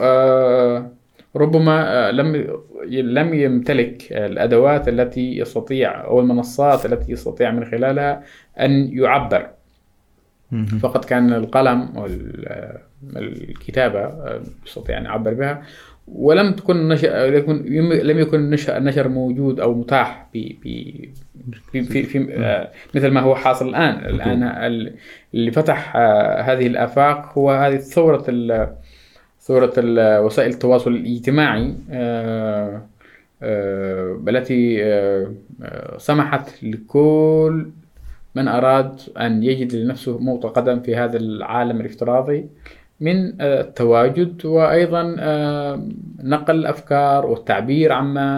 ربما لم يمتلك الأدوات التي يستطيع أو المنصات التي يستطيع من خلالها أن يعبر. فقط كان القلم والكتابة يستطيع أن يعبر بها، ولم تكن لم يكن النشر موجود أو متاح في مثل ما هو حاصل الآن. اللي فتح هذه الآفاق هو هذه ثورة وسائل التواصل الاجتماعي التي سمحت لكل من أراد أن يجد لنفسه موطئ قدم في هذا العالم الافتراضي من التواجد، وأيضا نقل الأفكار والتعبير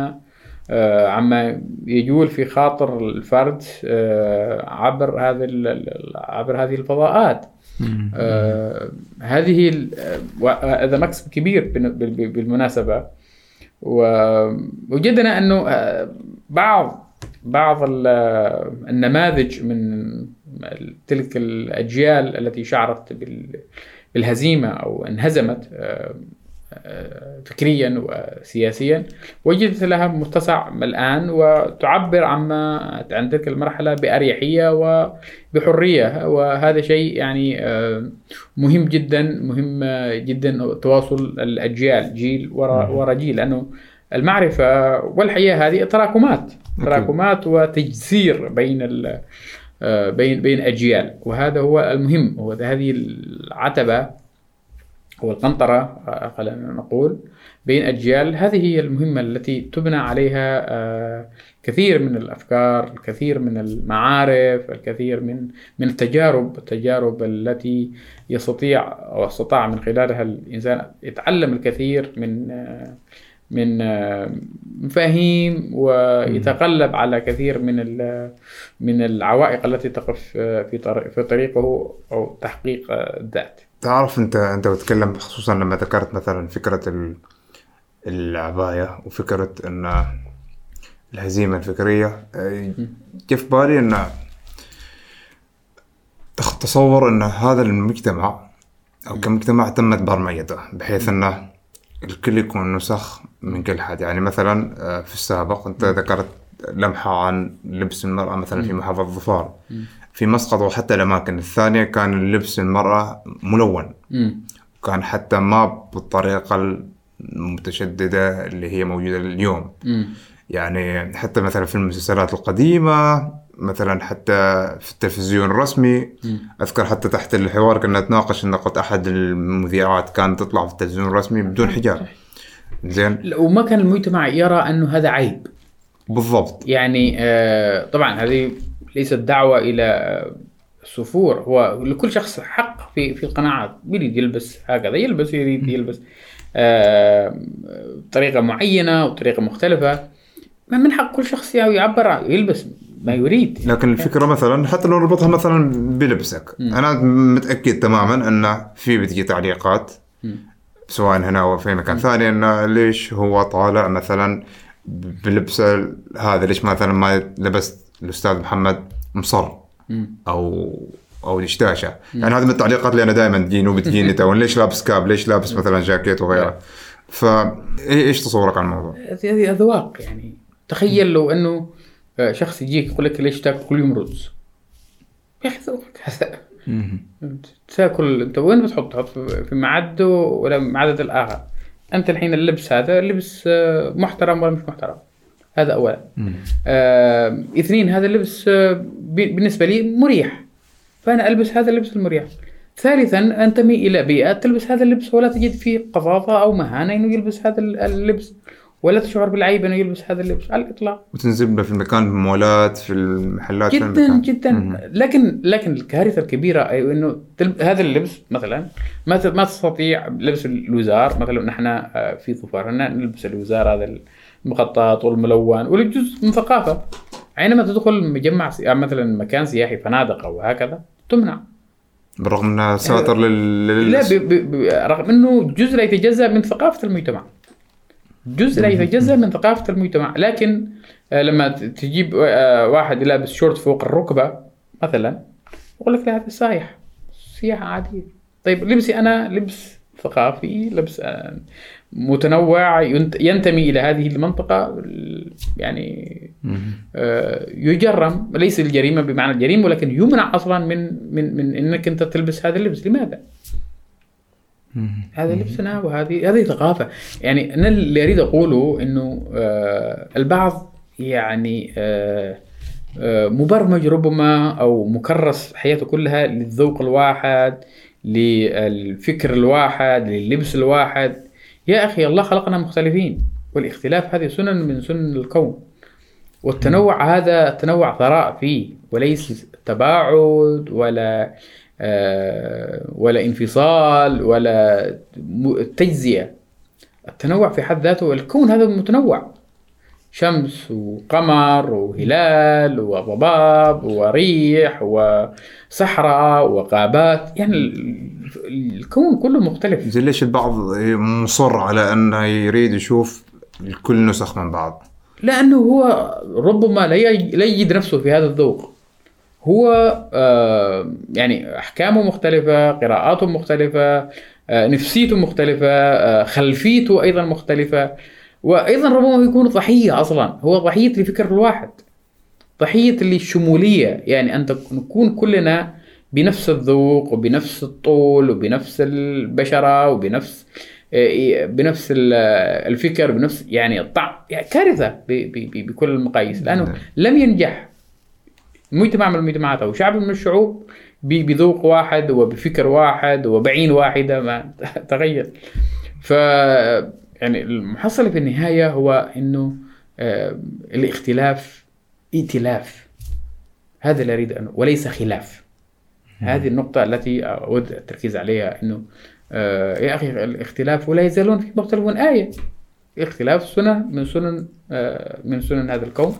عما يجول في خاطر الفرد عبر هذه الفضاءات. هذا مكسب كبير بالمناسبة. ووجدنا أنه بعض النماذج من تلك الأجيال التي شعرت بالهزيمة أو انهزمت فكريا وسياسيا وجدت لها متسع الآن، وتعبر عن تلك المرحلة بأريحية وبحرية. وهذا شيء يعني مهم جدا تواصل الأجيال جيل وراء جيل، لأنه المعرفة والحياة هذه تراكمات وتجسير بين أجيال، وهذا هو المهم. هذه العتبة والقنطرة خلينا نقول بين أجيال، هذه هي المهمة التي تبنى عليها كثير من الأفكار، الكثير من المعارف، الكثير من التجارب التي استطاع من خلالها الإنسان يتعلم الكثير من مفاهيم، ويتقلب على كثير من العوائق التي تقف في طريقه أو تحقيق الذات. تعرف انت بتتكلم خصوصا لما ذكرت مثلا فكرة العباية وفكرة ان الهزيمة الفكرية، كيف بالي ان تصور ان هذا المجتمع او كمجتمع تمت برمجته بحيث انه الكل يكون نسخ من كل حد. يعني مثلا في السابق انت ذكرت لمحة عن لبس المرأة مثلا في محافظة ظفار، في مسقط وحتى الأماكن الثانية كان لبس المرأة ملون، كان حتى ما بالطريقة المتشددة اللي هي موجودة اليوم. يعني حتى مثلا في المسلسلات القديمة، مثلا حتى في التلفزيون الرسمي، أذكر حتى تحت الحوار كنا نتناقش إن قد أحد المذيعات كانت تطلع في التلفزيون الرسمي بدون حجاب. زين. وما كان المجتمع يرى أنه هذا عيب. بالضبط. يعني طبعا هذه ليست دعوة إلى السفور، هو لكل شخص حق في القناعات، يريد يلبس هكذا يلبس، يريد يلبس بطريقة معينة وطريقة مختلفة، من حق كل شخص يعبر يلبس ما يريد. لكن الفكرة مثلا حتى لو ربطها مثلا بلبسك، أنا متأكد تماما أن بتجي تعليقات سواء هنا أو في مكان ثاني أن ليش هو طالع مثلا بلبس هذا، ليش مثلا ما لبست الأستاذ محمد مصر أو دشداشة. يعني هذا من التعليقات اللي أنا دائما بتجيني تو، ليش لابس كاب، ليش لابس مثلا جاكيت وغيره. فإيش تصورك عن الموضوع؟ هذه أذواق. يعني تخيل لو أنه شخص يجيك يقول لك ليش تاكل كل يوم رز، يا أخي ذوقك هذا. تاكل أنت وين بتحط في معدة ولا معدة الآخر؟ أنت الحين اللبس هذا اللبس محترم ولا مش محترم؟ هذا أولا. اثنين، هذا اللبس بالنسبة لي مريح، فأنا ألبس هذا اللبس المريح. ثالثا، أنتمي إلى بيئة تلبس هذا اللبس ولا تجد فيه قفاضة أو مهانة إنه يلبس هذا اللبس، ولا تشعر بالعيب إنه يلبس هذا اللبس على الإطلاق. وتنزل في المكان، في المولات، في المحلات، جدا جدا. لكن الكارثة الكبيرة إنه هذا اللبس مثلا ما تستطيع لبس الوزار. مثلا نحن في ظفارنا نلبس الوزار هذا المخطط والملون، والجزء من ثقافة. عندما تدخل مجمع مثلا مكان سياحي، فنادق أو هكذا، تمنع، بالرغم أنها ساتر لا رغم أنه جزء لا يتجزأ من ثقافة المجتمع، جزء لا يتجزأ من ثقافة المجتمع. لكن لما تجيب واحد لابس شورت فوق الركبة مثلا، يقول لك لا هذا سايح، سياحة عادية. طيب لبسي أنا لبس ثقافي، لبس متنوع، ينتمي إلى هذه المنطقة، يعني يجرم. ليس الجريمة بمعنى الجريمة، ولكن يمنع أصلا من إنك أنت تلبس هذا اللبس. لماذا؟ هذا لبسنا وهذه ثقافة. يعني أنا اللي أريد أقوله إنه البعض يعني مبرمج ربما أو مكرس حياته كلها للذوق الواحد، للفكر الواحد، لللبس الواحد. يا أخي الله خلقنا مختلفين، والاختلاف هذه سنن من سنن الكون، والتنوع هذا تنوع ثراء فيه، وليس تباعد ولا انفصال ولا تجزئة. التنوع في حد ذاته، الكون هذا متنوع، شمس وقمر وهلال وضباب وريح وصحراء وغابات، يعني الكون كله مختلف. زي ليش البعض مصر على أنه يريد يشوف الكل نسخ من بعض؟ لأنه هو ربما لا يجد نفسه في هذا الذوق. هو يعني أحكامه مختلفة، قراءاته مختلفة، نفسيته مختلفة، خلفيته أيضا مختلفة، وأيضا ربما يكون ضحية. أصلا هو ضحية لفكر الواحد، ضحية للشمولية. يعني أن نكون كلنا بنفس الذوق وبنفس الطول وبنفس البشرة وبنفس الفكر، بنفس يعني الطعم. يعني كارثة بكل المقاييس، لأنه لم ينجح مجتمع من المجتمعات أو شعب من الشعوب بذوق واحد وبفكر واحد وبعين واحدة. ما تغير. يعني المحصلة في النهاية هو إنه الاختلاف ائتلاف، هذا اللي أريد أنه وليس خلاف. هذه النقطة التي أود التركيز عليها، إنه يا أخي الاختلاف ولا يزالون في مختلفون آية. اختلاف سنة من سنن هذا الكون،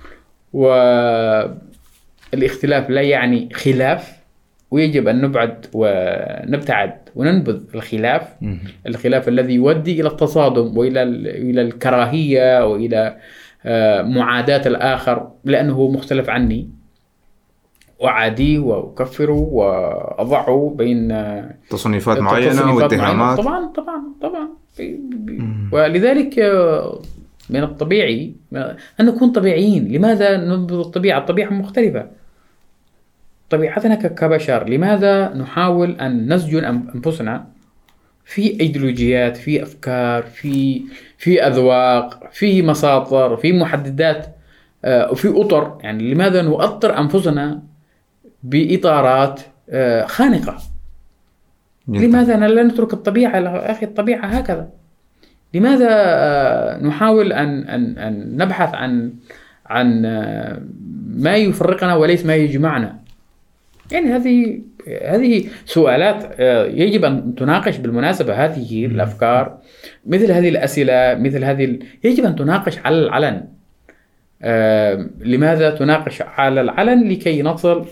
والاختلاف لا يعني خلاف، ويجب أن نبتعد وننبذ الخلاف الذي يؤدي إلى التصادم وإلى الكراهية وإلى معاداة الآخر لأنه مختلف عني، وعادي وأكفره وأضعه بين تصنيفات معينة واتهامات. طبعا. ولذلك من الطبيعي أن نكون طبيعيين. لماذا ننبذ الطبيعة؟ الطبيعة مختلفة، طبيعتنا كبشر. لماذا نحاول أن نسجن أنفسنا في ايديولوجيات، في افكار، في اذواق، في مساطر، في محددات، وفي اطر. يعني لماذا نؤطر انفسنا باطارات خانقه؟ لماذا لا نترك الطبيعه يا اخي؟ الطبيعه هكذا. لماذا نحاول ان نبحث عن ما يفرقنا وليس ما يجمعنا؟ يعني هذه سؤالات يجب أن تناقش. بالمناسبة هذه الأفكار، مثل هذه الأسئلة، مثل هذه يجب أن تناقش على العلن. لماذا تناقش على العلن؟ لكي نصل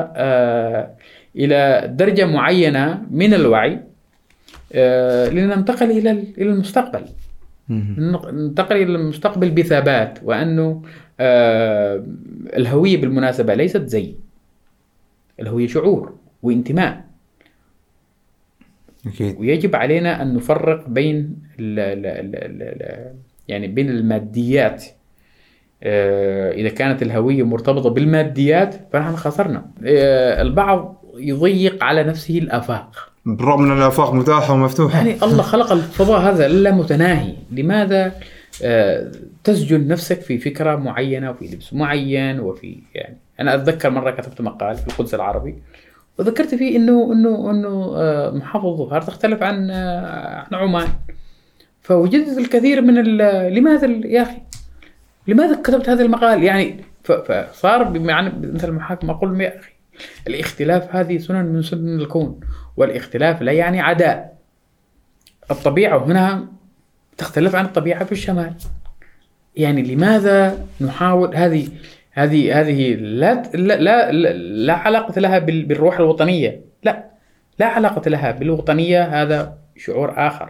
إلى درجة معينة من الوعي، لننتقل إلى المستقبل. ننتقل إلى المستقبل بثبات. وأنه الهوية بالمناسبة ليست زي الهوية، شعور وانتماء. أكيد. ويجب علينا أن نفرق بين يعني بين الماديات. إذا كانت الهوية مرتبطة بالماديات فنحن خسرنا. البعض يضيق على نفسه الآفاق، بالرغم من الآفاق متاحة ومفتوحة. يعني الله خلق الفضاء هذا لا متناهي. لماذا تسجن نفسك في فكرة معينة وفي لبس معين وفي يعني أنا أتذكر مرة كتبت مقال في القدس العربي وذكرت فيه إنه محافظ ظفار تختلف عن عمان. فوجدت الكثير من لماذا يا أخي لماذا كتبت هذا المقال؟ يعني فصار بمعنى مثل المحاكم أقول يا أخي الاختلاف هذه سنن من سنن الكون، والاختلاف لا يعني عداء. الطبيعة هنا تختلف عن الطبيعة في الشمال. يعني لماذا نحاول هذه لا علاقة لها بالروح الوطنية، لا علاقة لها بالوطنية، هذا شعور آخر.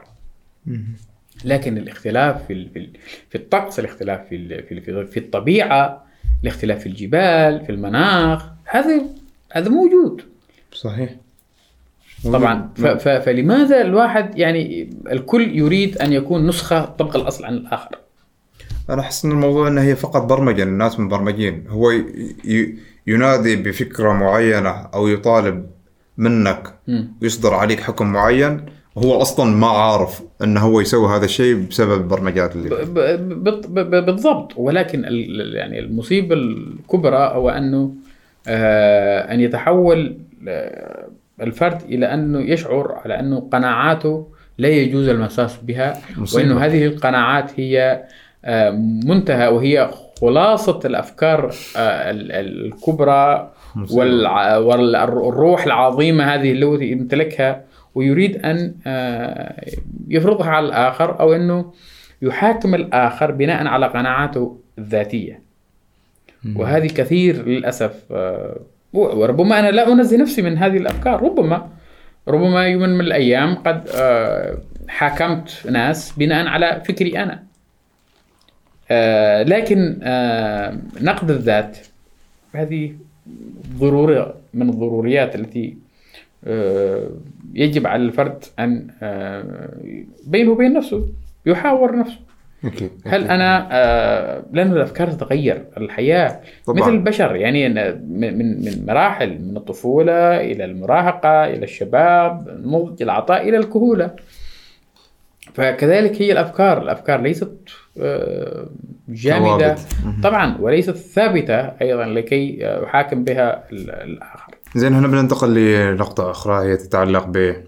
لكن الاختلاف في الطقس، الاختلاف في الطبيعة، الاختلاف في الجبال، في المناخ، هذا موجود. صحيح. طبعا. فلماذا الواحد يعني الكل يريد أن يكون نسخة طبق الأصل عن الآخر؟ أنا أحس أن الموضوع أنه هي فقط برمجة، الناس مبرمجين. هو ينادي بفكرة معينة أو يطالب منك ويصدر عليك حكم معين، وهو أصلا ما عارف أنه هو يسوي هذا الشيء بسبب البرمجات اللي بالضبط. ولكن يعني المصيبة الكبرى هو أنه أن يتحول الفرد إلى أنه يشعر على أنه قناعاته لا يجوز المساس بها، وأنه هذه القناعات هي منتهى وهي خلاصة الأفكار الكبرى والروح العظيمة هذه التي يمتلكها، ويريد أن يفرضها على الآخر، أو أنه يحاكم الآخر بناء على قناعاته الذاتية. وهذه كثير للأسف. وربما أنا لا أنزه نفسي من هذه الأفكار. ربما يوم من الأيام قد حاكمت ناس بناء على فكري أنا. لكن نقد الذات هذه ضرورة من الضروريات التي يجب على الفرد أن بينه وبين نفسه يحاور نفسه. هل أنا لأن الأفكار تتغير، الحياة طبعا. مثل البشر، يعني من مراحل، من الطفولة إلى المراهقة إلى الشباب، النضج، العطاء إلى الكهولة. فكذلك هي الأفكار ليست جامدة طبعا، وليست ثابتة أيضا لكي يحاكم بها الآخر. زين، هنا بننتقل لنقطة أخرى هي تتعلق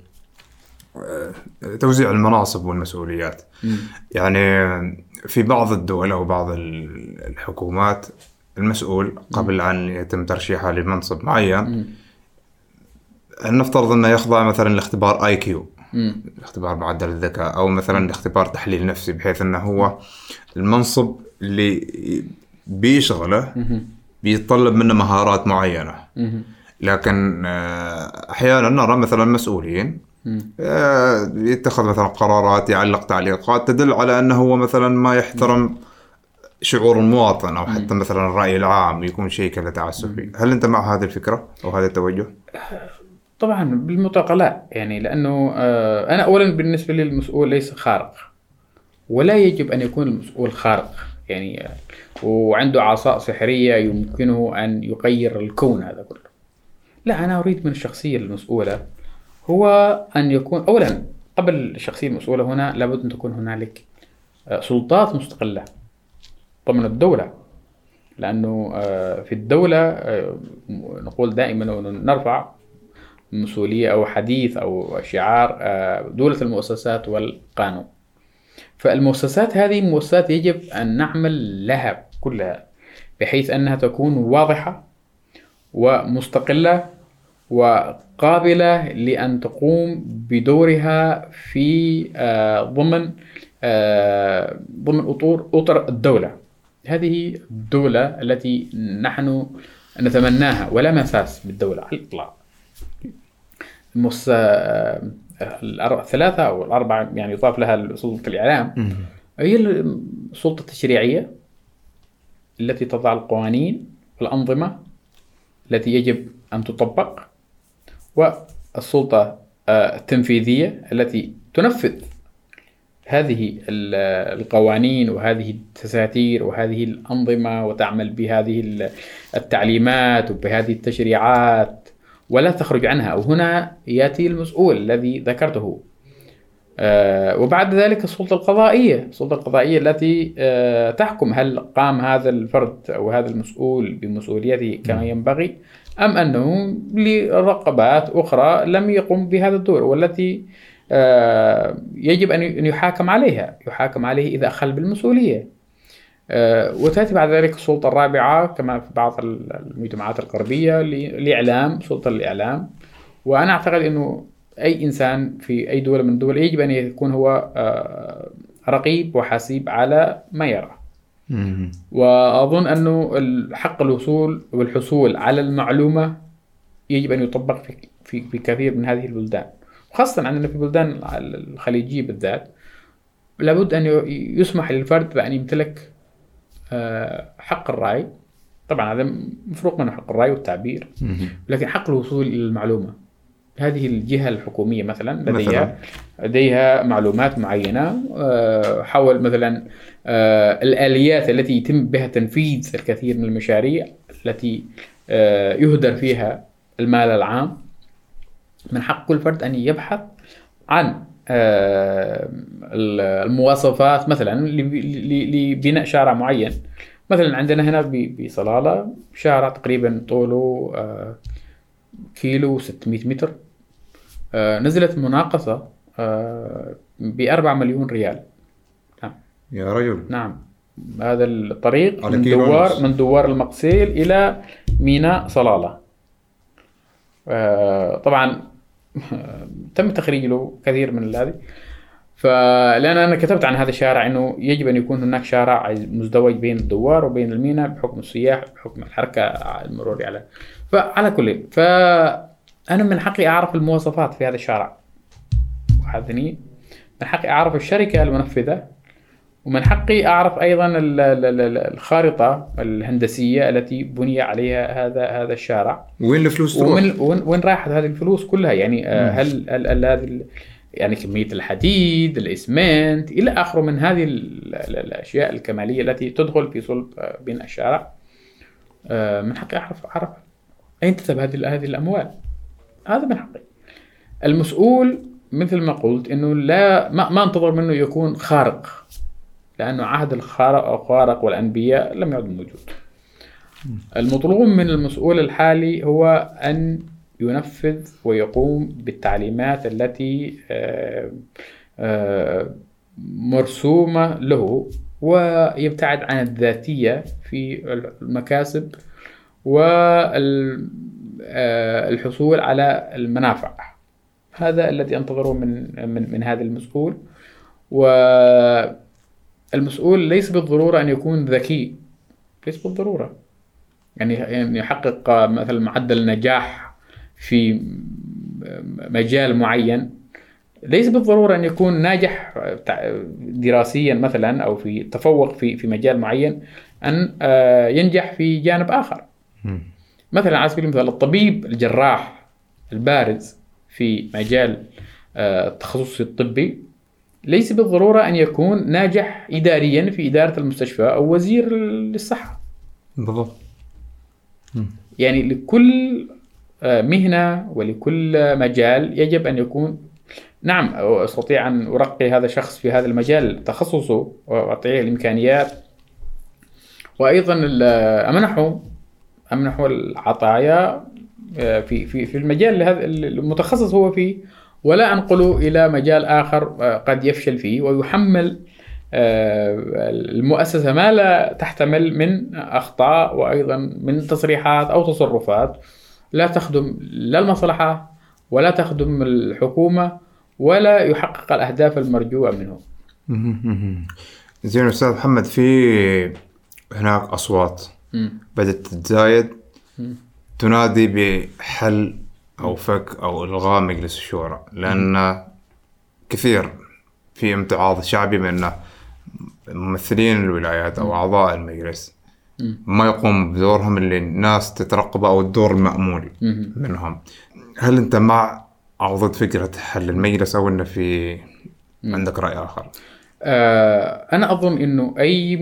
بتوزيع المناصب والمسؤوليات. يعني في بعض الدول أو بعض الحكومات المسؤول قبل أن يتم ترشيحه لمنصب معين نفترض أنه يخضع مثلا لاختبار IQ، اختبار معدل الذكاء، أو مثلا اختبار تحليل نفسي، بحيث أنه هو المنصب اللي بيشغله بيتطلب منه مهارات معينة. لكن أحيانا نرى مثلا مسؤولين يتخذ مثلا قرارات، يعلق تعليقات تدل على أنه هو مثلا ما يحترم شعور المواطن، أو حتى مثلا الرأي العام، يكون شيء كذا تعسفي. هل أنت مع هذه الفكرة أو هذا التوجه؟ طبعا بالمطلق لا. يعني لأنه أنا أولا بالنسبة لي المسؤول ليس خارق، ولا يجب أن يكون المسؤول خارق يعني وعنده عصا سحرية يمكنه أن يغير الكون هذا كله. لا، أنا أريد من الشخصية المسؤولة هو أن يكون أولا قبل الشخصية المسؤولة هنا لابد أن تكون هنالك سلطات مستقلة ضمن الدولة، لأنه في الدولة نقول دائما ونرفع مسؤولية أو حديث أو شعار دولة المؤسسات والقانون. فالمؤسسات هذه مؤسسات يجب أن نعمل لها كلها بحيث أنها تكون واضحة ومستقلة وقابلة لأن تقوم بدورها في ضمن أطر الدولة. هذه الدولة التي نحن نتمناها ولا مساس بالدولة على الإطلاق. الثلاثة أو الأربعة يعني يضاف لها سلطة الإعلام، هي السلطة التشريعية التي تضع القوانين والأنظمة التي يجب أن تطبق، والسلطة التنفيذية التي تنفذ هذه القوانين وهذه التساتير وهذه الأنظمة وتعمل بهذه التعليمات وبهذه التشريعات ولا تخرج عنها. وهنا يأتي المسؤول الذي ذكرته. وبعد ذلك السلطة القضائية التي تحكم هل قام هذا الفرد أو هذا المسؤول بمسؤوليته كما ينبغي أم أنه لرقبات أخرى لم يقم بهذا الدور، والتي يجب أن يحاكم عليه إذا أخل بالمسؤولية. وتأتي بعد ذلك السلطة الرابعة كما في بعض المجتمعات الغربية الإعلام، سلطة الإعلام. وأنا أعتقد أنه أي إنسان في أي دولة من الدول يجب أن يكون هو رقيب وحسيب على ما يرى. وأظن أنه حق الوصول والحصول على المعلومة يجب أن يطبق في كثير من هذه البلدان، خاصة عندنا في البلدان الخليجية بالذات. لابد أن يسمح للفرد بأن يمتلك حق الرأي. طبعا هذا مفروغ منه حق الرأي والتعبير، لكن حق الوصول إلى المعلومة. هذه الجهة الحكومية مثلا لديها معلومات معينة حول مثلا الآليات التي يتم بها تنفيذ الكثير من المشاريع التي يهدر فيها المال العام. من حق كل فرد أن يبحث عن المواصفات مثلا لبناء شارع معين. مثلا عندنا هنا بصلالة شارع تقريبا طوله كيلو 600 متر، نزلت مناقصة ب4 مليون ريال. نعم. يا رجل. نعم، هذا الطريق من دوار المقسيل إلى ميناء صلالة. طبعا تم تخريج له كثير من هذه. فلأن أنا كتبت عن هذا الشارع أنه يجب أن يكون هناك شارع مزدوج بين الدوار وبين الميناء بحكم السياح بحكم الحركة المرورية على. فعلى كل، فأنا من حقي أعرف المواصفات في هذا الشارع، وحدني من حقي أعرف الشركة المنفذة، ومن حقي أعرف أيضا الخارطة الهندسية التي بني عليها هذا الشارع. وين الفلوس وين راحت هذه الفلوس كلها؟ يعني هل هذه يعني كمية الحديد، الإسمنت إلى آخره من هذه الأشياء الكمالية التي تدخل في صلب بناء الشارع. من حقي أعرف أين تذهب هذه الأموال. هذا من حقي. المسؤول مثل ما قلت إنه ما انتظر منه يكون خارق، لأنه عهد الخارق والأنبياء لم يعد موجود. المطلوب من المسؤول الحالي هو أن ينفذ ويقوم بالتعليمات التي مرسومة له، ويبتعد عن الذاتية في المكاسب والحصول على المنافع. هذا الذي أنتظره من هذا المسؤول. والمسؤول ليس بالضرورة أن يكون ذكي، ليس بالضرورة يعني يحقق مثلا معدل نجاح في مجال معين. ليس بالضرورة أن يكون ناجح دراسيا مثلا أو في تفوق في مجال معين أن ينجح في جانب آخر. مثلا على سبيل المثال الطبيب الجراح البارز في مجال التخصص الطبي ليس بالضرورة أن يكون ناجح إداريا في إدارة المستشفى أو وزير للصحة. بالضبط. يعني لكل مهنة ولكل مجال يجب أن يكون نعم أستطيع أن أرقي هذا الشخص في هذا المجال تخصصه وأعطيه الإمكانيات، وأيضا أمنحه العطايا في المجال هذا المتخصص هو فيه، ولا أنقله إلى مجال آخر قد يفشل فيه ويحمل المؤسسة ما لا تحتمل من أخطاء وأيضا من تصريحات أو تصرفات لا تخدم لا المصلحة ولا تخدم الحكومة ولا يحقق الأهداف المرجوة منه. زين أستاذ محمد، في هناك أصوات بدأت تتزايد تنادي بحل أو فك أو إلغاء مجلس الشورى، لأن كثير في امتعاض شعبي من ممثلين الولايات أو أعضاء المجلس ما يقوم بدورهم اللي الناس تترقبه أو الدور المأمول منهم. هل أنت مع أو ضد فكرة حل المجلس أو أنه في عندك رأي آخر؟ أنا أظن أنه أي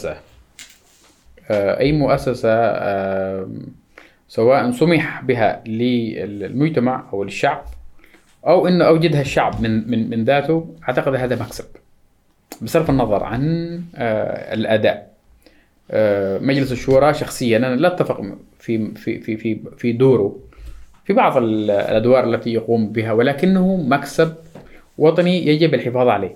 مؤسسة سواء سمح بها للمجتمع أو للشعب أو أنه أوجدها الشعب من ذاته، أعتقد هذا مكسب بصرف النظر عن الأداء. مجلس الشورى شخصيا أنا لا أتفق في دوره في بعض الأدوار التي يقوم بها، ولكنه مكسب وطني يجب الحفاظ عليه.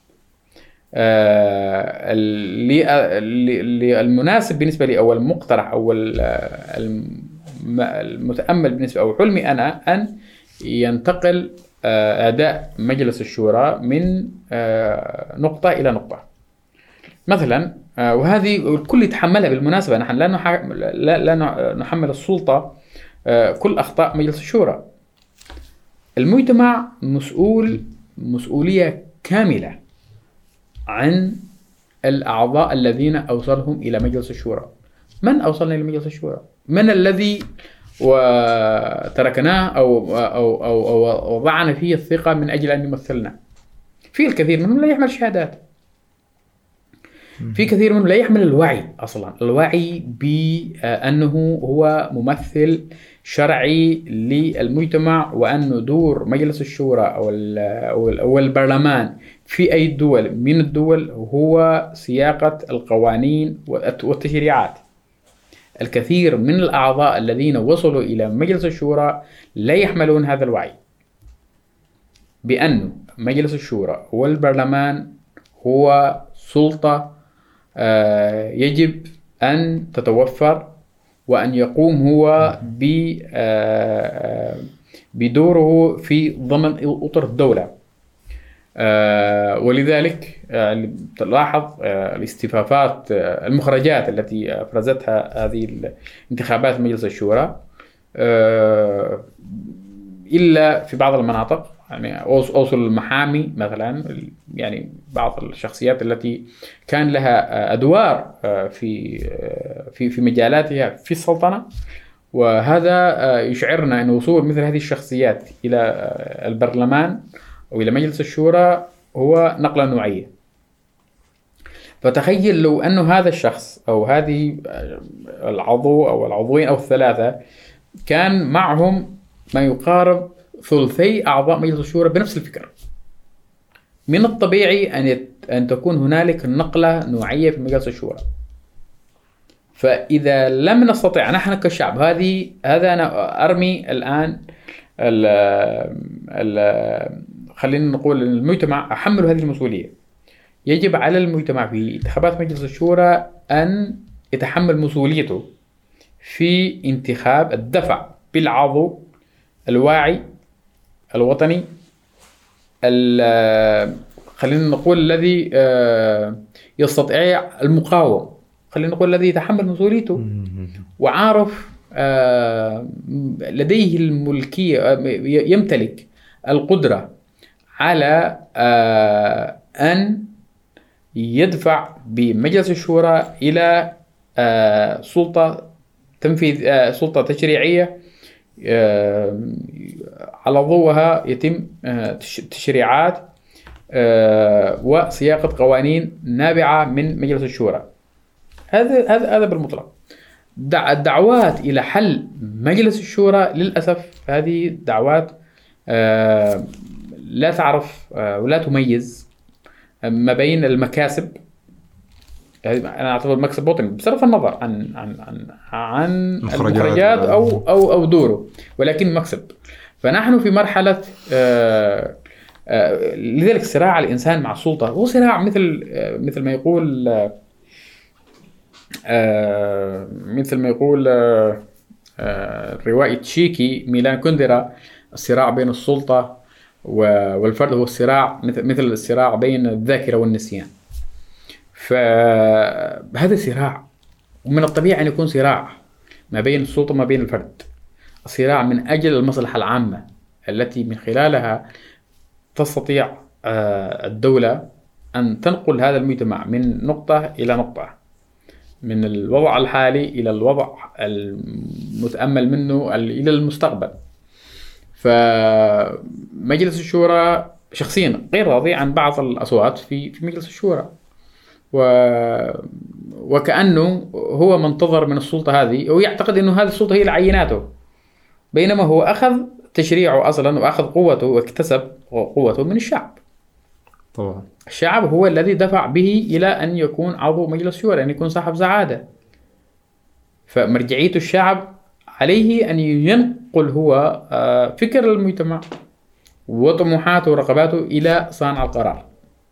المناسب بالنسبة لي أو المقترح أو المتأمل بالنسبة أو حلمي أنا أن ينتقل أداء مجلس الشورى من نقطة إلى نقطة مثلا، وهذه الكل يتحملها بالمناسبة. نحن لا نحمل السلطة كل أخطاء مجلس الشورى. المجتمع مسؤولية كاملة عن الأعضاء الذين أوصلهم إلى مجلس الشورى. من أوصلنا إلى مجلس الشورى؟ من الذي وتركناه أو وضعنا فيه الثقة من أجل أن يمثلنا؟ في الكثير منهم لا يحمل شهادات، في كثير منهم لا يحمل الوعي أصلا، الوعي بأنه هو ممثل شرعي للمجتمع، وأن دور مجلس الشورى أو البرلمان في أي دول من الدول هو سياقة القوانين والتشريعات. الكثير من الأعضاء الذين وصلوا إلى مجلس الشورى لا يحملون هذا الوعي بأن مجلس الشورى والبرلمان هو سلطة يجب أن تتوفر، وأن يقوم هو بدوره في ضمن أطر الدولة. ولذلك تلاحظ الاستفافات المخرجات التي أفرزتها هذه الانتخابات مجلس الشورى، إلا في بعض المناطق، يعني أوصل المحامي مثلا، يعني بعض الشخصيات التي كان لها أدوار في مجالاتها في السلطنة، وهذا يشعرنا أن وصول مثل هذه الشخصيات إلى البرلمان أو إلى مجلس الشورى هو نقلة نوعية. فتخيل لو أنه هذا الشخص أو هذه العضو أو العضوين أو الثلاثة كان معهم ما يقارب ثلثي أعضاء مجلس الشورى بنفس الفكر، من الطبيعي أن تكون هنالك نقلة نوعية في مجلس الشورى. فإذا لم نستطع نحن كشعب هذا أنا أرمي الآن خلينا نقول المجتمع أحمل هذه المسؤولية. يجب على المجتمع في انتخابات مجلس الشورى أن يتحمل مسؤوليته في انتخاب الدفع بالعضو الواعي الوطني، خلينا نقول الذي يستطيع المقاوم، خلينا نقول الذي يتحمل مسؤوليته وعارف لديه الملكية، يمتلك القدرة على أن يدفع بمجلس الشورى إلى سلطة تشريعية على ضوءها يتم تشريعات وصياغة قوانين نابعة من مجلس الشورى. هذا بالمطلق. الدعوات إلى حل مجلس الشورى للأسف هذه دعوات لا تعرف ولا تميز ما بين المكاسب. يعني أنا أعتبر مكسب وطني بصرف النظر عن المخرجات أو دوره، ولكن مكسب. فنحن في مرحلة لذلك صراع الإنسان مع السلطة هو صراع مثل ما يقول رواية تشيكي ميلان كونديرا، الصراع بين السلطة والفرد هو الصراع مثل الصراع بين الذاكرة والنسيان. فهذا صراع، ومن الطبيعي أن يكون صراع ما بين السلطة وما بين الفرد، الصراع من أجل المصلحة العامة التي من خلالها تستطيع الدولة أن تنقل هذا المجتمع من نقطة إلى نقطة، من الوضع الحالي إلى الوضع المتأمل منه إلى المستقبل. فمجلس الشورى شخصيا غير راضي عن بعض الأصوات في مجلس الشورى، وكأنه هو منتظر من السلطة هذه، ويعتقد أنه هذه السلطة هي اللي عيناته، بينما هو أخذ تشريعه أصلا وأخذ قوته واكتسب قوته من الشعب. طبعا الشعب هو الذي دفع به إلى أن يكون عضو مجلس الشورى، أن يكون صاحب سعادة. فمرجعية الشعب عليه أن ينقل هو فكر المجتمع وطموحاته ورغباته إلى صانع القرار.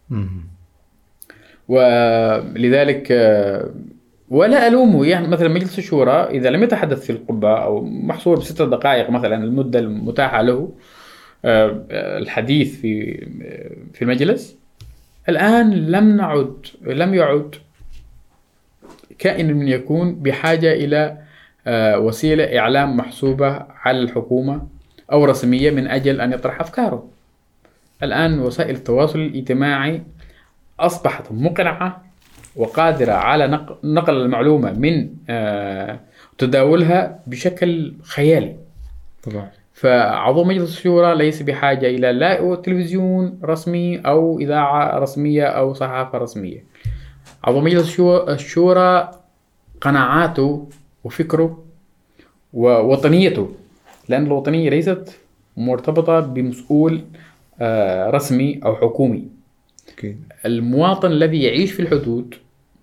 ولذلك ولا ألومه، يعني مثلا مجلس الشورى إذا لم يتحدث في القبة أو محصور ب6 دقائق مثلا المدة المتاحة له الحديث في المجلس، الآن لم يعد كائن من يكون بحاجة إلى وسيلة إعلام محسوبة على الحكومة أو رسمية من أجل أن يطرح أفكاره. الآن وسائل التواصل الاجتماعي أصبحت مقنعة وقادرة على نقل المعلومة من تداولها بشكل خيالي. طبعا. فعضو مجلس الشورى ليس بحاجة إلى لا تلفزيون رسمي أو إذاعة رسمية أو صحافة رسمية. عضو مجلس الشورى قناعاته وفكره ووطنيته، لأن الوطنية ليست مرتبطة بمسؤول رسمي أو حكومي. المواطن الذي يعيش في الحدود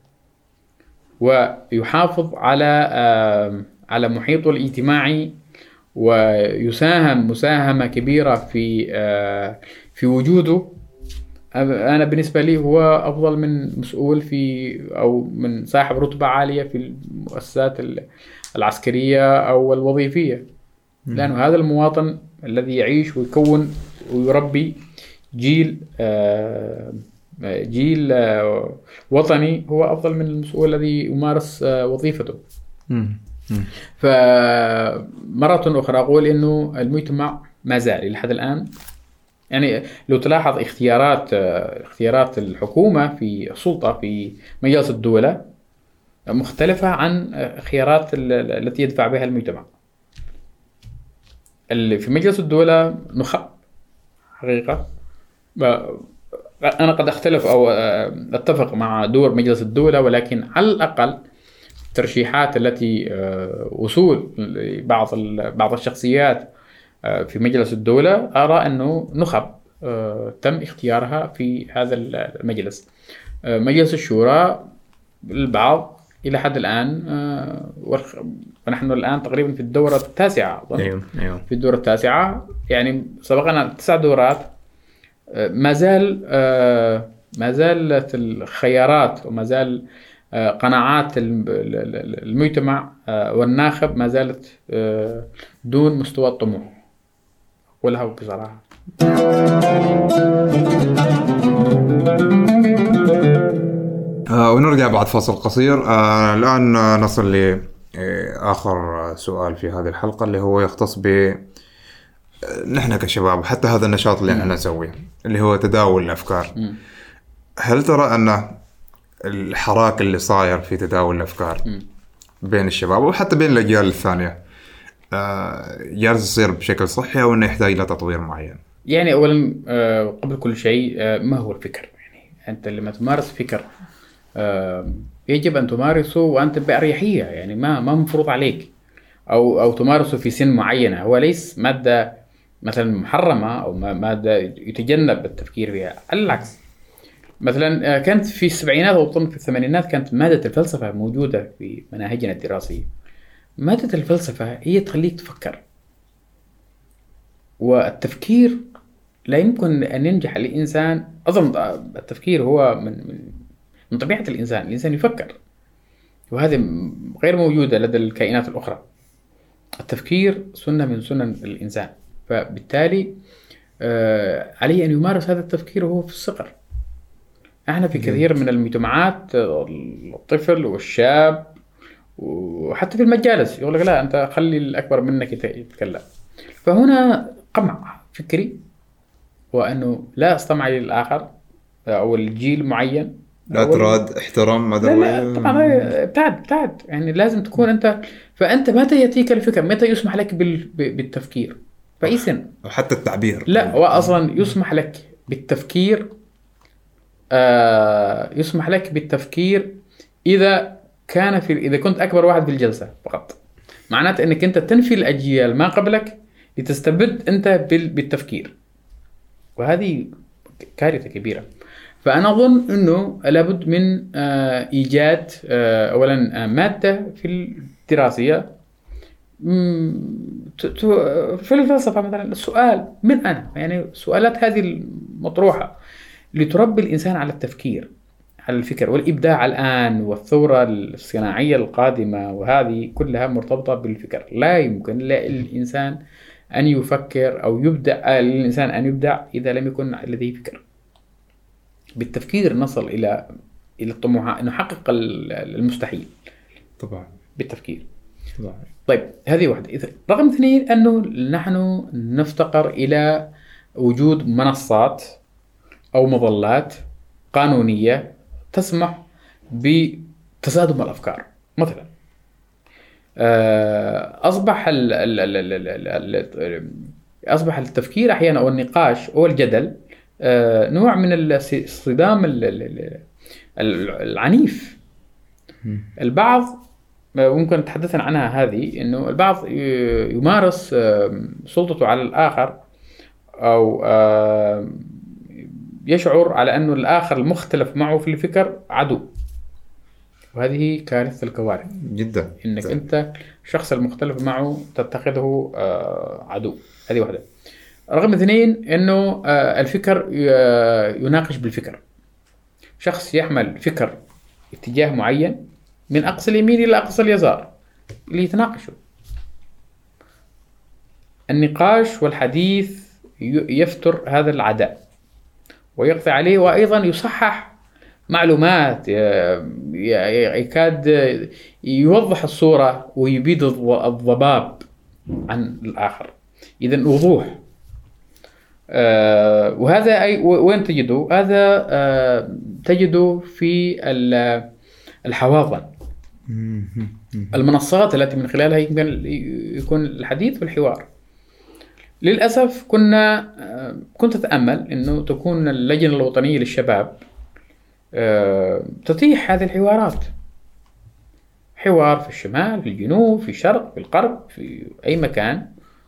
ويحافظ على محيطه الاجتماعي ويساهم مساهمة كبيرة في وجوده، أنا بالنسبة لي هو أفضل من مسؤول أو من صاحب رتبة عالية في المؤسسات العسكرية أو الوظيفية. لأنه هذا المواطن الذي يعيش ويكون ويربي جيل وطني هو أفضل من المسؤول الذي يمارس وظيفته. فمرة أخرى أقول إنه المجتمع ما زال لحد الآن، يعني لو تلاحظ اختيارات الحكومة في السلطة في مجلس الدولة مختلفة عن خيارات التي يدفع بها المجتمع. اللي في مجلس الدولة نخب حقيقة. أنا قد أختلف أو أتفق مع دور مجلس الدولة، ولكن على الأقل الترشيحات التي وصول بعض الشخصيات في مجلس الدولة أرى أنه نخب تم اختيارها في هذا المجلس. مجلس الشورى البعض إلى حد الآن، ونحن الآن تقريبا في الدورة التاسعة. أيوه. في الدورة التاسعة، يعني سبقنا 9 دورات. ما زالت الخيارات وما زال قناعات المجتمع والناخب ما زالت دون مستوى الطموح، أقولها بصراحة. ونرجع بعد فاصل قصير. الآن نصل لآخر سؤال في هذه الحلقة، اللي هو يختص نحن كشباب، حتى هذا النشاط اللي نحن نسويه اللي هو تداول الأفكار. هل ترى أن الحراك اللي صاير في تداول الأفكار بين الشباب وحتى بين الأجيال الثانية جالس يصير بشكل صحي، أو أنه يحتاج إلى تطوير معين؟ يعني أولا قبل كل شيء ما هو الفكر؟ يعني أنت لما تمارس فكر يجب أن تمارسه وأنت بأريحية، يعني ما مفروض عليك، أو تمارسه في سن معينة. هو ليس مادة مثلا محرمة أو مادة يتجنب التفكير فيها. على العكس، مثلا كانت في السبعينات أو في الثمانينات كانت مادة الفلسفة موجودة في مناهجنا الدراسية. مادة الفلسفة هي تخليك تفكر، والتفكير لا يمكن أن ينجح الإنسان. أظن التفكير هو من طبيعة الإنسان يفكر، وهذه غير موجودة لدى الكائنات الأخرى. التفكير سنة من سنن الإنسان، فبالتالي عليه أن يمارس هذا التفكير وهو في الصغر. احنا في كثير من المجتمعات الطفل والشاب وحتى في المجالس يقول لك لا أنت خلي الأكبر منك يتكلم. فهنا قمع فكري، وأنه لا استمع للآخر أو الجيل معين، لا تراد احترام لا طبعا ابتعد. يعني لازم تكون أنت، فأنت متى يأتيك الفكر، متى يسمح لك بالتفكير في أي سن، حتى التعبير لا وأصلا يسمح لك بالتفكير. يسمح لك بالتفكير إذا إذا كنت أكبر واحد في الجلسة فقط. معناته أنك أنت تنفي الأجيال ما قبلك لتستبد أنت بالتفكير، وهذه كارثة كبيرة. فأنا أظن أنه لابد من إيجاد أولا مادة في الدراسية في الفلسفة. مثلا السؤال من أنا، يعني سؤالات هذه المطروحة لتربي الإنسان على التفكير، على الفكر والإبداع الآن، والثورة الصناعية القادمة، وهذه كلها مرتبطة بالفكر. لا يمكن للإنسان أن يفكر أو يبدع، للإنسان أن يبدع إذا لم يكن لديه فكر. بالتفكير نصل إلى الطموح، نحقق المستحيل طبعا بالتفكير. طبعا. طيب هذه واحدة. رقم 2 أنه نحن نفتقر إلى وجود منصات أو مظلات قانونية تسمح بتصادم الأفكار. مثلا أصبح التفكير أحيانا أو النقاش أو الجدل نوع من الصدام العنيف. البعض ممكن تحدثنا عنها هذه، إنه البعض يمارس سلطته على الآخر، أو يشعر على أنه الآخر المختلف معه في الفكر عدو، وهذه كارثة الكوارث جدا. إنك أنت الشخص المختلف معه تتخذه عدو. هذه واحدة. رقم 2 إنه الفكر يناقش بالفكر. شخص يحمل فكر اتجاه معين من أقصى اليمين إلى أقصى اليسار اللي يتناقشوا. النقاش والحديث يفتر هذا العداء ويقضي عليه، وأيضا يصحح معلومات، يكاد يوضح الصورة ويبيد الضباب عن الآخر. إذن وضوح. وهذا وين تجده؟ هذا تجده في الحوافظ، المنصات التي من خلالها يمكن يكون الحديث والحوار. للأسف كنت أتأمل أنه تكون اللجنة الوطنية للشباب تتيح هذه الحوارات، حوار في الشمال، في الجنوب، في الشرق، في الغرب، في أي مكان،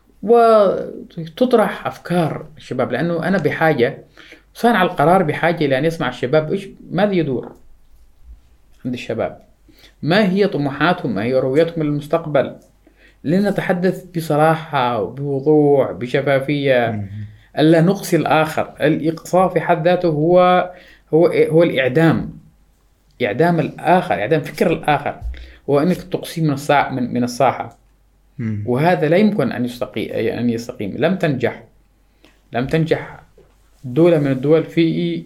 وتطرح أفكار الشباب. لأنه أنا بحاجة، صانع القرار بحاجة إلى أن يسمع الشباب ماذا يدور عند الشباب، ما هي طموحاتهم، ما هي رؤيتهم للمستقبل، لنتحدث بصراحة وبوضوح بشفافية، ألا نقصي الآخر. الإقصاء في حد ذاته هو الإعدام، إعدام الآخر، إعدام فكر الآخر، وأنك تقصي من الساحة. وهذا لا يمكن أن يستقيم. لم تنجح دولة من الدول في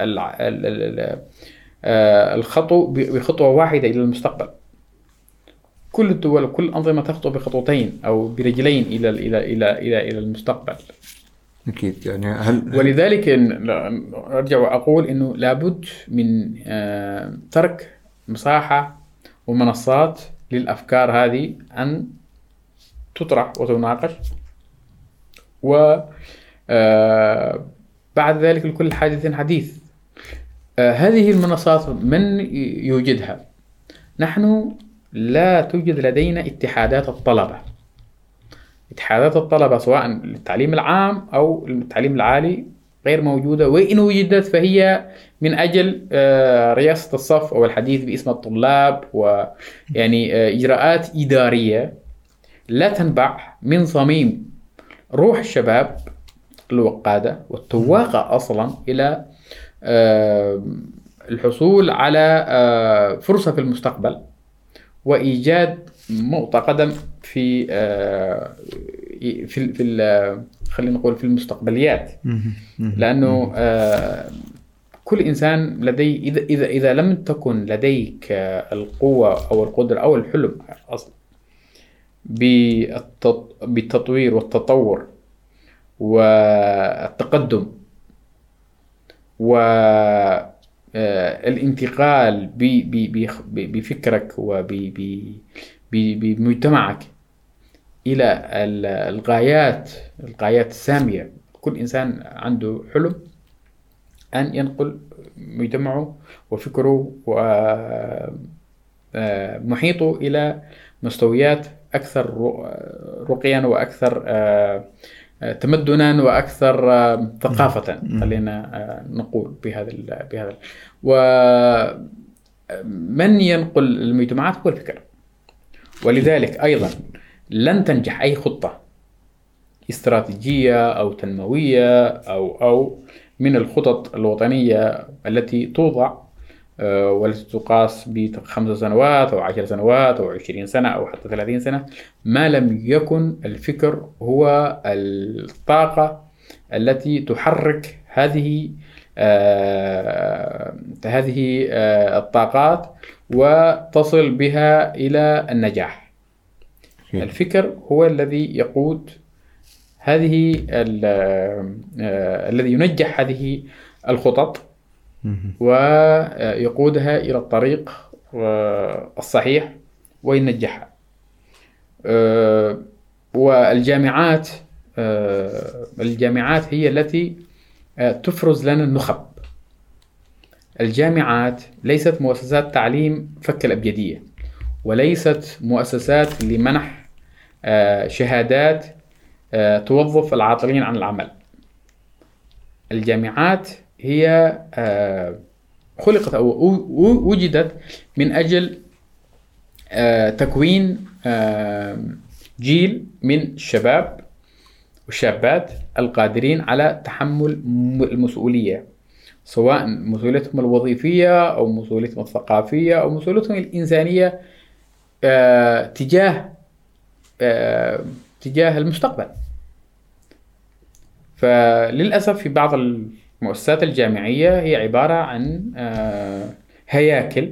الخطو بخطوة واحدة إلى المستقبل. كل الدول وكل الأنظمة تخطو بخطوتين أو برجلين إلى المستقبل. أكيد. يعني ولذلك أرجع وأقول إنه لابد من ترك مساحة ومنصات للأفكار هذه أن تطرح وتناقش، وبعد ذلك لكل حادث حديث. هذه المنصات من يوجدها؟ نحن لا توجد لدينا اتحادات الطلبة. اتحادات الطلبة سواء للتعليم العام أو التعليم العالي غير موجودة، وإن وجدت فهي من أجل رئاسة الصف أو الحديث باسم الطلاب، ويعني إجراءات إدارية لا تنبع من صميم روح الشباب الوقادة والتواقع أصلا إلى الحصول على فرصة في المستقبل وإيجاد نقطة قدم في خلينا نقول في المستقبليات. لأنه كل إنسان إذا لم تكن لديك القوة أو القدرة أو الحلم أصلا بالتطوير والتطور والتقدم والانتقال بفكرك وبمجتمعك إلى الغايات السامية. كل إنسان عنده حلم أن ينقل مجتمعه وفكره ومحيطه إلى مستويات أكثر رقيا وأكثر تمدنا وأكثر ثقافة، خلينا نقول بهذا. ومن ينقل المجتمعات هو الفكر. ولذلك أيضا لن تنجح أي خطة استراتيجية أو تنموية أو من الخطط الوطنية التي توضع والتي تقاس ب5 سنوات أو 10 سنوات أو 20 سنة أو حتى 30 سنة ما لم يكن الفكر هو الطاقة التي تحرك هذه الطاقات وتصل بها إلى النجاح. الفكر هو الذي يقود الذي ينجح هذه الخطط ويقودها إلى الطريق الصحيح وينجحها. والجامعات هي التي تفرز لنا النخب. الجامعات ليست مؤسسات تعليم فك الأبجدية، وليست مؤسسات لمنح شهادات توظف العاطلين عن العمل. الجامعات هي خلقت أو وجدت من أجل تكوين جيل من الشباب والشابات القادرين على تحمل المسؤولية، سواء مسؤوليتهم الوظيفية أو مسؤوليتهم الثقافية أو مسؤوليتهم الإنسانية تجاه المستقبل. فللأسف في بعض المؤسسات الجامعية هي عبارة عن هياكل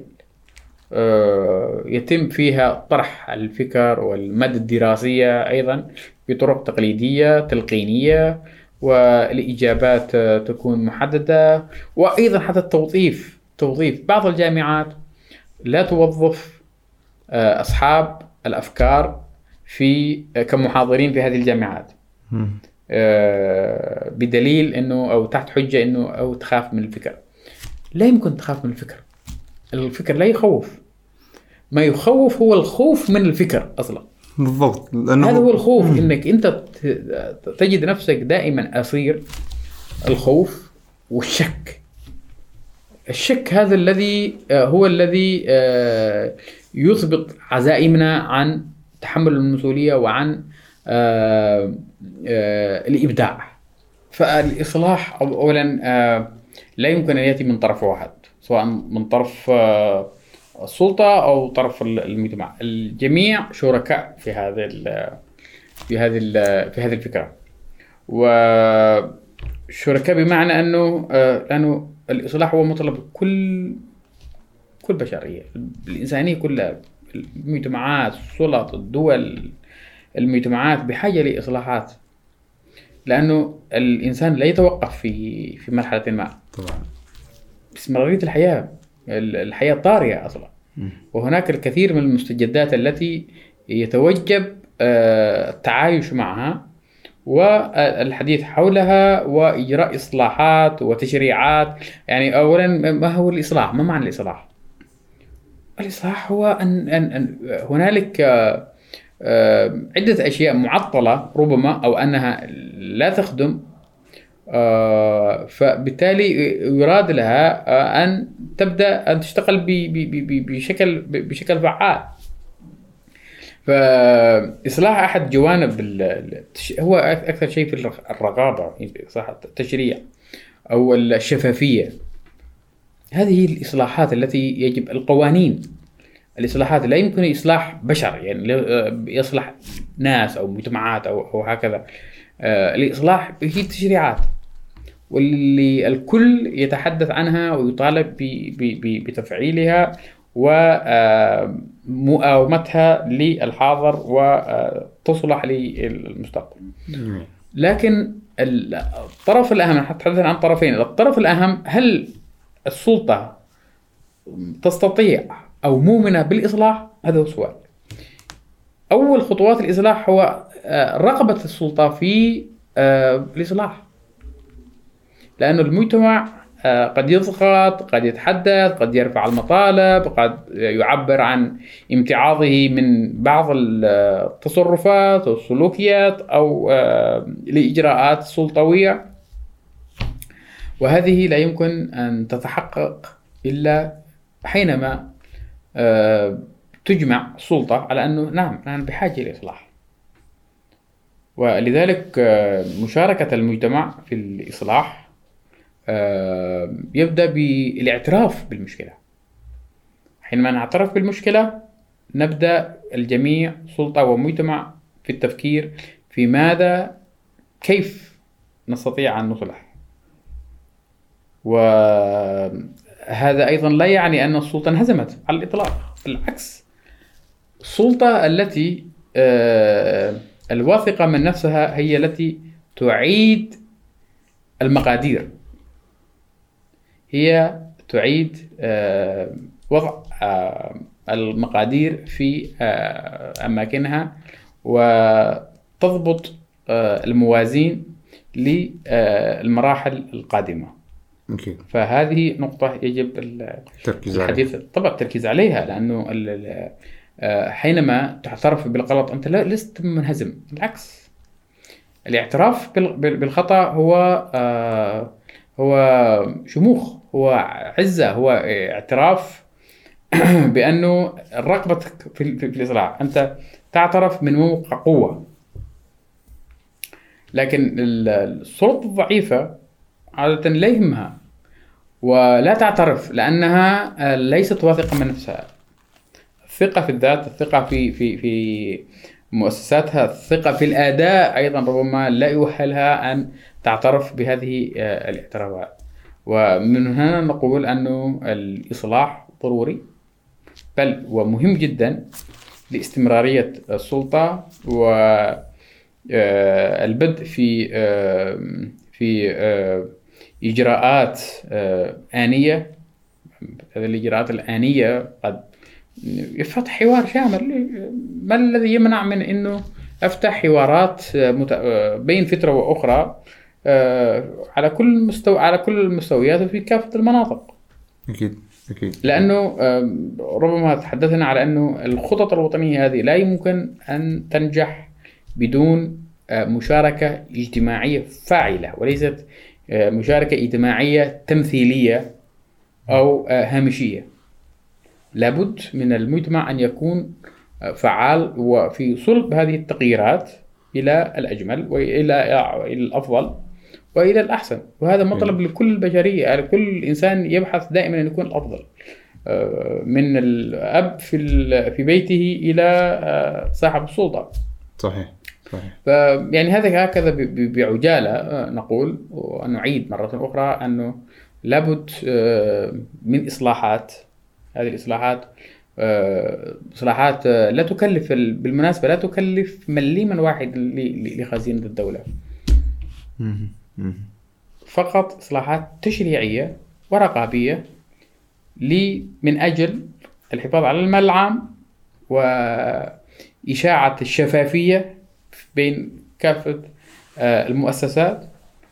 يتم فيها طرح الفكر والمادة الدراسية أيضا بطرق تقليدية تلقينية، والإجابات تكون محددة، وأيضا حتى التوظيف. بعض الجامعات لا توظف أصحاب الأفكار كمحاضرين في هذه الجامعات بدليل أنه أو تحت حجة أنه أو تخاف من الفكر. لا يمكن تخاف من الفكر. الفكر لا يخوف. ما يخوف هو الخوف من الفكر أصلا. بالضبط. هذا هو الخوف. إنك أنت تجد نفسك دائما أسير الخوف والشك. الشك هذا الذي هو الذي يثبط عزائمنا عن تحمل المسؤولية وعن الإبداع. فالإصلاح أولا لا يمكن أن يأتي من طرف واحد، سواء من طرف السلطة أو طرف المجتمع. الجميع شركاء في هذه الفكرة، وشركاء بمعنى أنه الإصلاح هو مطلب كل بشرية، الإنسانية كلها، المجتمعات، السلطات، الدول، المجتمعات بحاجة لإصلاحات، لأنه الإنسان لا يتوقف في مرحلة ما. طبعا استمرارية الحياة طارئة أصلا، وهناك الكثير من المستجدات التي يتوجب التعايش معها والحديث حولها وإجراء إصلاحات وتشريعات. يعني أولا ما هو الإصلاح؟ ما معنى الإصلاح؟ الإصلاح هو أن هنالك عدة أشياء معطلة ربما أو أنها لا تخدم، فبالتالي يراد لها أن تبدأ أن تشتغل بشكل فعال. فإصلاح أحد جوانب هو أكثر شيء في الرقابة، إصلاح التشريع أو الشفافية. هذه الإصلاحات التي يجب القوانين، الإصلاحات لا يمكن إصلاح بشر يعني يصلح ناس أو مجتمعات أو هكذا. الإصلاح هي التشريعات واللي الكل يتحدث عنها ويطالب بتفعيلها ومؤاومتها للحاضر وتصلح للمستقبل. لكن الطرف الأهم، نتحدث عن طرفين. الطرف الأهم، هل السلطة تستطيع أو مؤمنة بالإصلاح؟ هذا هو السؤال. أول خطوات الإصلاح هو رغبة السلطة في الإصلاح، لأن المجتمع قد يضغط، قد يتحدث، قد يرفع المطالب، قد يعبر عن امتعاضه من بعض التصرفات أو السلوكيات أو الإجراءات السلطوية، وهذه لا يمكن أن تتحقق إلا حينما تجمع السلطة على أنه نعم نحن بحاجة للإصلاح. ولذلك مشاركة المجتمع في الإصلاح يبدأ بالاعتراف بالمشكلة. حينما نعترف بالمشكلة نبدأ الجميع سلطة ومجتمع في التفكير في ماذا كيف نستطيع أن نصلح. وهذا أيضا لا يعني أن السلطة انهزمت على الإطلاق، بالعكس، السلطة التي الواثقة من نفسها هي التي تعيد المقادير، هي تعيد وضع المقادير في أماكنها وتضبط الموازين للمراحل القادمة. فهذه نقطة يجب الحديث طبعا التركيز عليها، لأنه حينما تعترف بالغلط أنت لست منهزم، بالعكس، الاعتراف بالخطأ هو شموخ، هو عزة، هو اعتراف بأنه رغبتك في الإصلاح، أنت تعترف من موقع قوة. لكن السلطة الضعيفة عادة لا يهمها ولا تعترف لأنها ليست واثقة من نفسها. الثقة في الذات، الثقة في مؤسساتها، الثقة في الأداء أيضا ربما لا يؤهلها أن تعترف بهذه الاعترافات. ومن هنا نقول أنه الإصلاح ضروري بل ومهم جدا لاستمرارية السلطة والبدء في إجراءات آنية. هذه الإجراءات الآنية قد يفتح حوار شامل. ما الذي يمنع من أنه أفتح حوارات بين فترة وأخرى على كل المستويات وفي كافة المناطق؟ أكيد. لأنه ربما تحدثنا على أنه الخطط الوطنية هذه لا يمكن أن تنجح بدون مشاركة اجتماعية فاعلة، وليست مشاركة اجتماعية تمثيلية أو هامشية. لابد من المجتمع أن يكون فعال وفي صلب هذه التغييرات إلى الأجمل وإلى الأفضل وإلى الأحسن. وهذا مطلب لكل البشرية، يعني كل إنسان يبحث دائما أن يكون الأفضل، من الأب في بيته إلى صاحب السلطة. صحيح. يعني هكذا بعجالة نقول ونعيد مرة أخرى أنه لابد من إصلاحات. هذه الإصلاحات إصلاحات لا تكلف، بالمناسبة لا تكلف مليما واحد لخزينة الدولة، فقط إصلاحات تشريعية ورقابية من أجل الحفاظ على المال العام وإشاعة الشفافية بين كافة المؤسسات،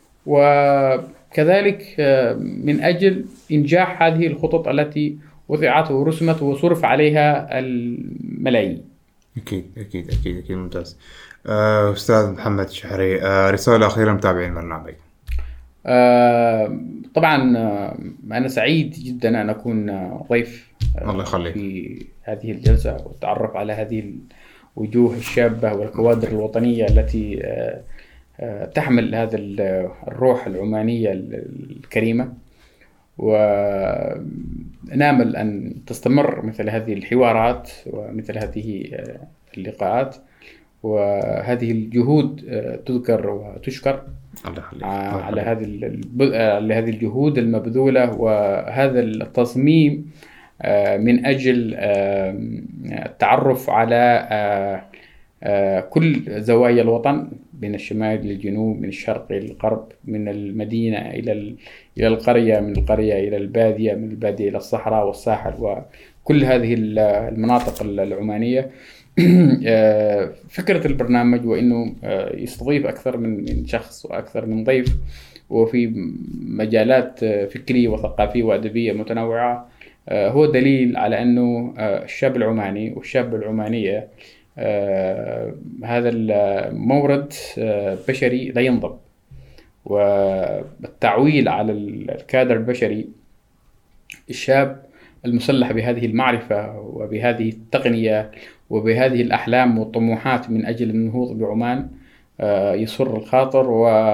وكذلك من أجل إنجاح هذه الخطط التي وضعت ورسمت وصرف عليها الملايين. أكيد ممتاز. أستاذ محمد الشحري، رسالة أخيرة لمتابعين البرنامج. طبعا أنا سعيد جدا أن أكون ضيف الله يخليك في هذه الجلسة والتعرف على هذه الوجوه الشابة والكوادر الوطنية التي تحمل هذا الروح العمانية الكريمة، ونامل أن تستمر مثل هذه الحوارات ومثل هذه اللقاءات، وهذه الجهود تذكر وتشكر على هذه الجهود المبذولة وهذا التصميم من أجل التعرف على كل زوايا الوطن، من الشمال للجنوب، من الشرق إلى الغرب، من المدينة إلى القرية، من القرية إلى البادية، من البادية إلى الصحراء والساحل، وكل هذه المناطق العمانية. فكرة البرنامج وإنه يستضيف أكثر من شخص وأكثر من ضيف، وفي مجالات فكرية وثقافية وأدبية متنوعة، هو دليل على أنه الشاب العماني والشاب العمانية هذا المورد بشري لا ينضب، والتعويل على الكادر البشري الشاب المسلح بهذه المعرفة وبهذه التقنية وبهذه الأحلام والطموحات من أجل النهوض بعمان يسر الخاطر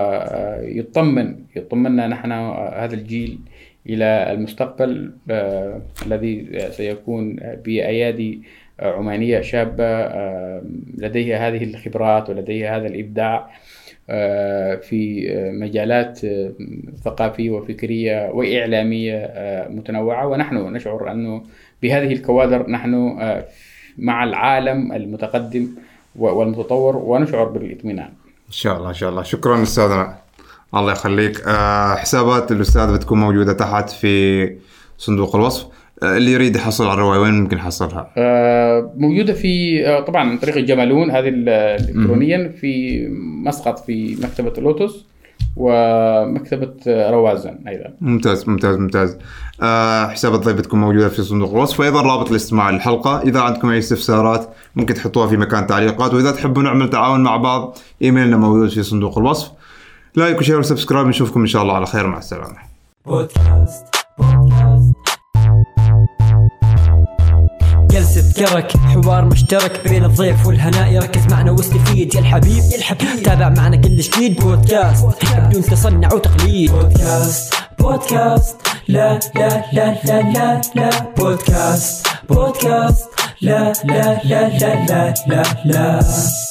ويطمنا نحن هذا الجيل إلى المستقبل الذي سيكون بأيادي عمانية شابة لديها هذه الخبرات ولديها هذا الإبداع في مجالات ثقافية وفكرية وإعلامية متنوعة. ونحن نشعر أنه بهذه الكوادر نحن مع العالم المتقدم والمتطور، ونشعر بالإطمئنان. إن شاء الله. شكرا أستاذنا، الله يخليك. حسابات الأستاذ بتكون موجودة تحت في صندوق الوصف. اللي يريد يحصل على الرواية وين ممكن يحصلها؟ موجودة في طبعا عن طريق الجمالون هذه الإلكترونيا، في مسقط في مكتبة اللوتس ومكتبة روازن أيضا. ممتاز. حساب الضيف بتكون موجودة في صندوق الوصف، وأيضا رابط الاستماع للحلقة. إذا عندكم أي استفسارات ممكن تحطوها في مكان تعليقات، وإذا تحبوا نعمل تعاون مع بعض إيميلنا موجود في صندوق الوصف. لايك وشير وسبسكرايب. نشوفكم إن شاء الله على خير، مع السلامة. بودكاست جلسة كرك، حوار مشترك بين الضيف والهناء، يركز معنا واستفيد يا الحبيب. تابع معنا كل جديد، بودكاست بدون تصنع وتقليد. بودكاست لا لا لا لا لا لا بودكاست لا لا لا لا لا لا.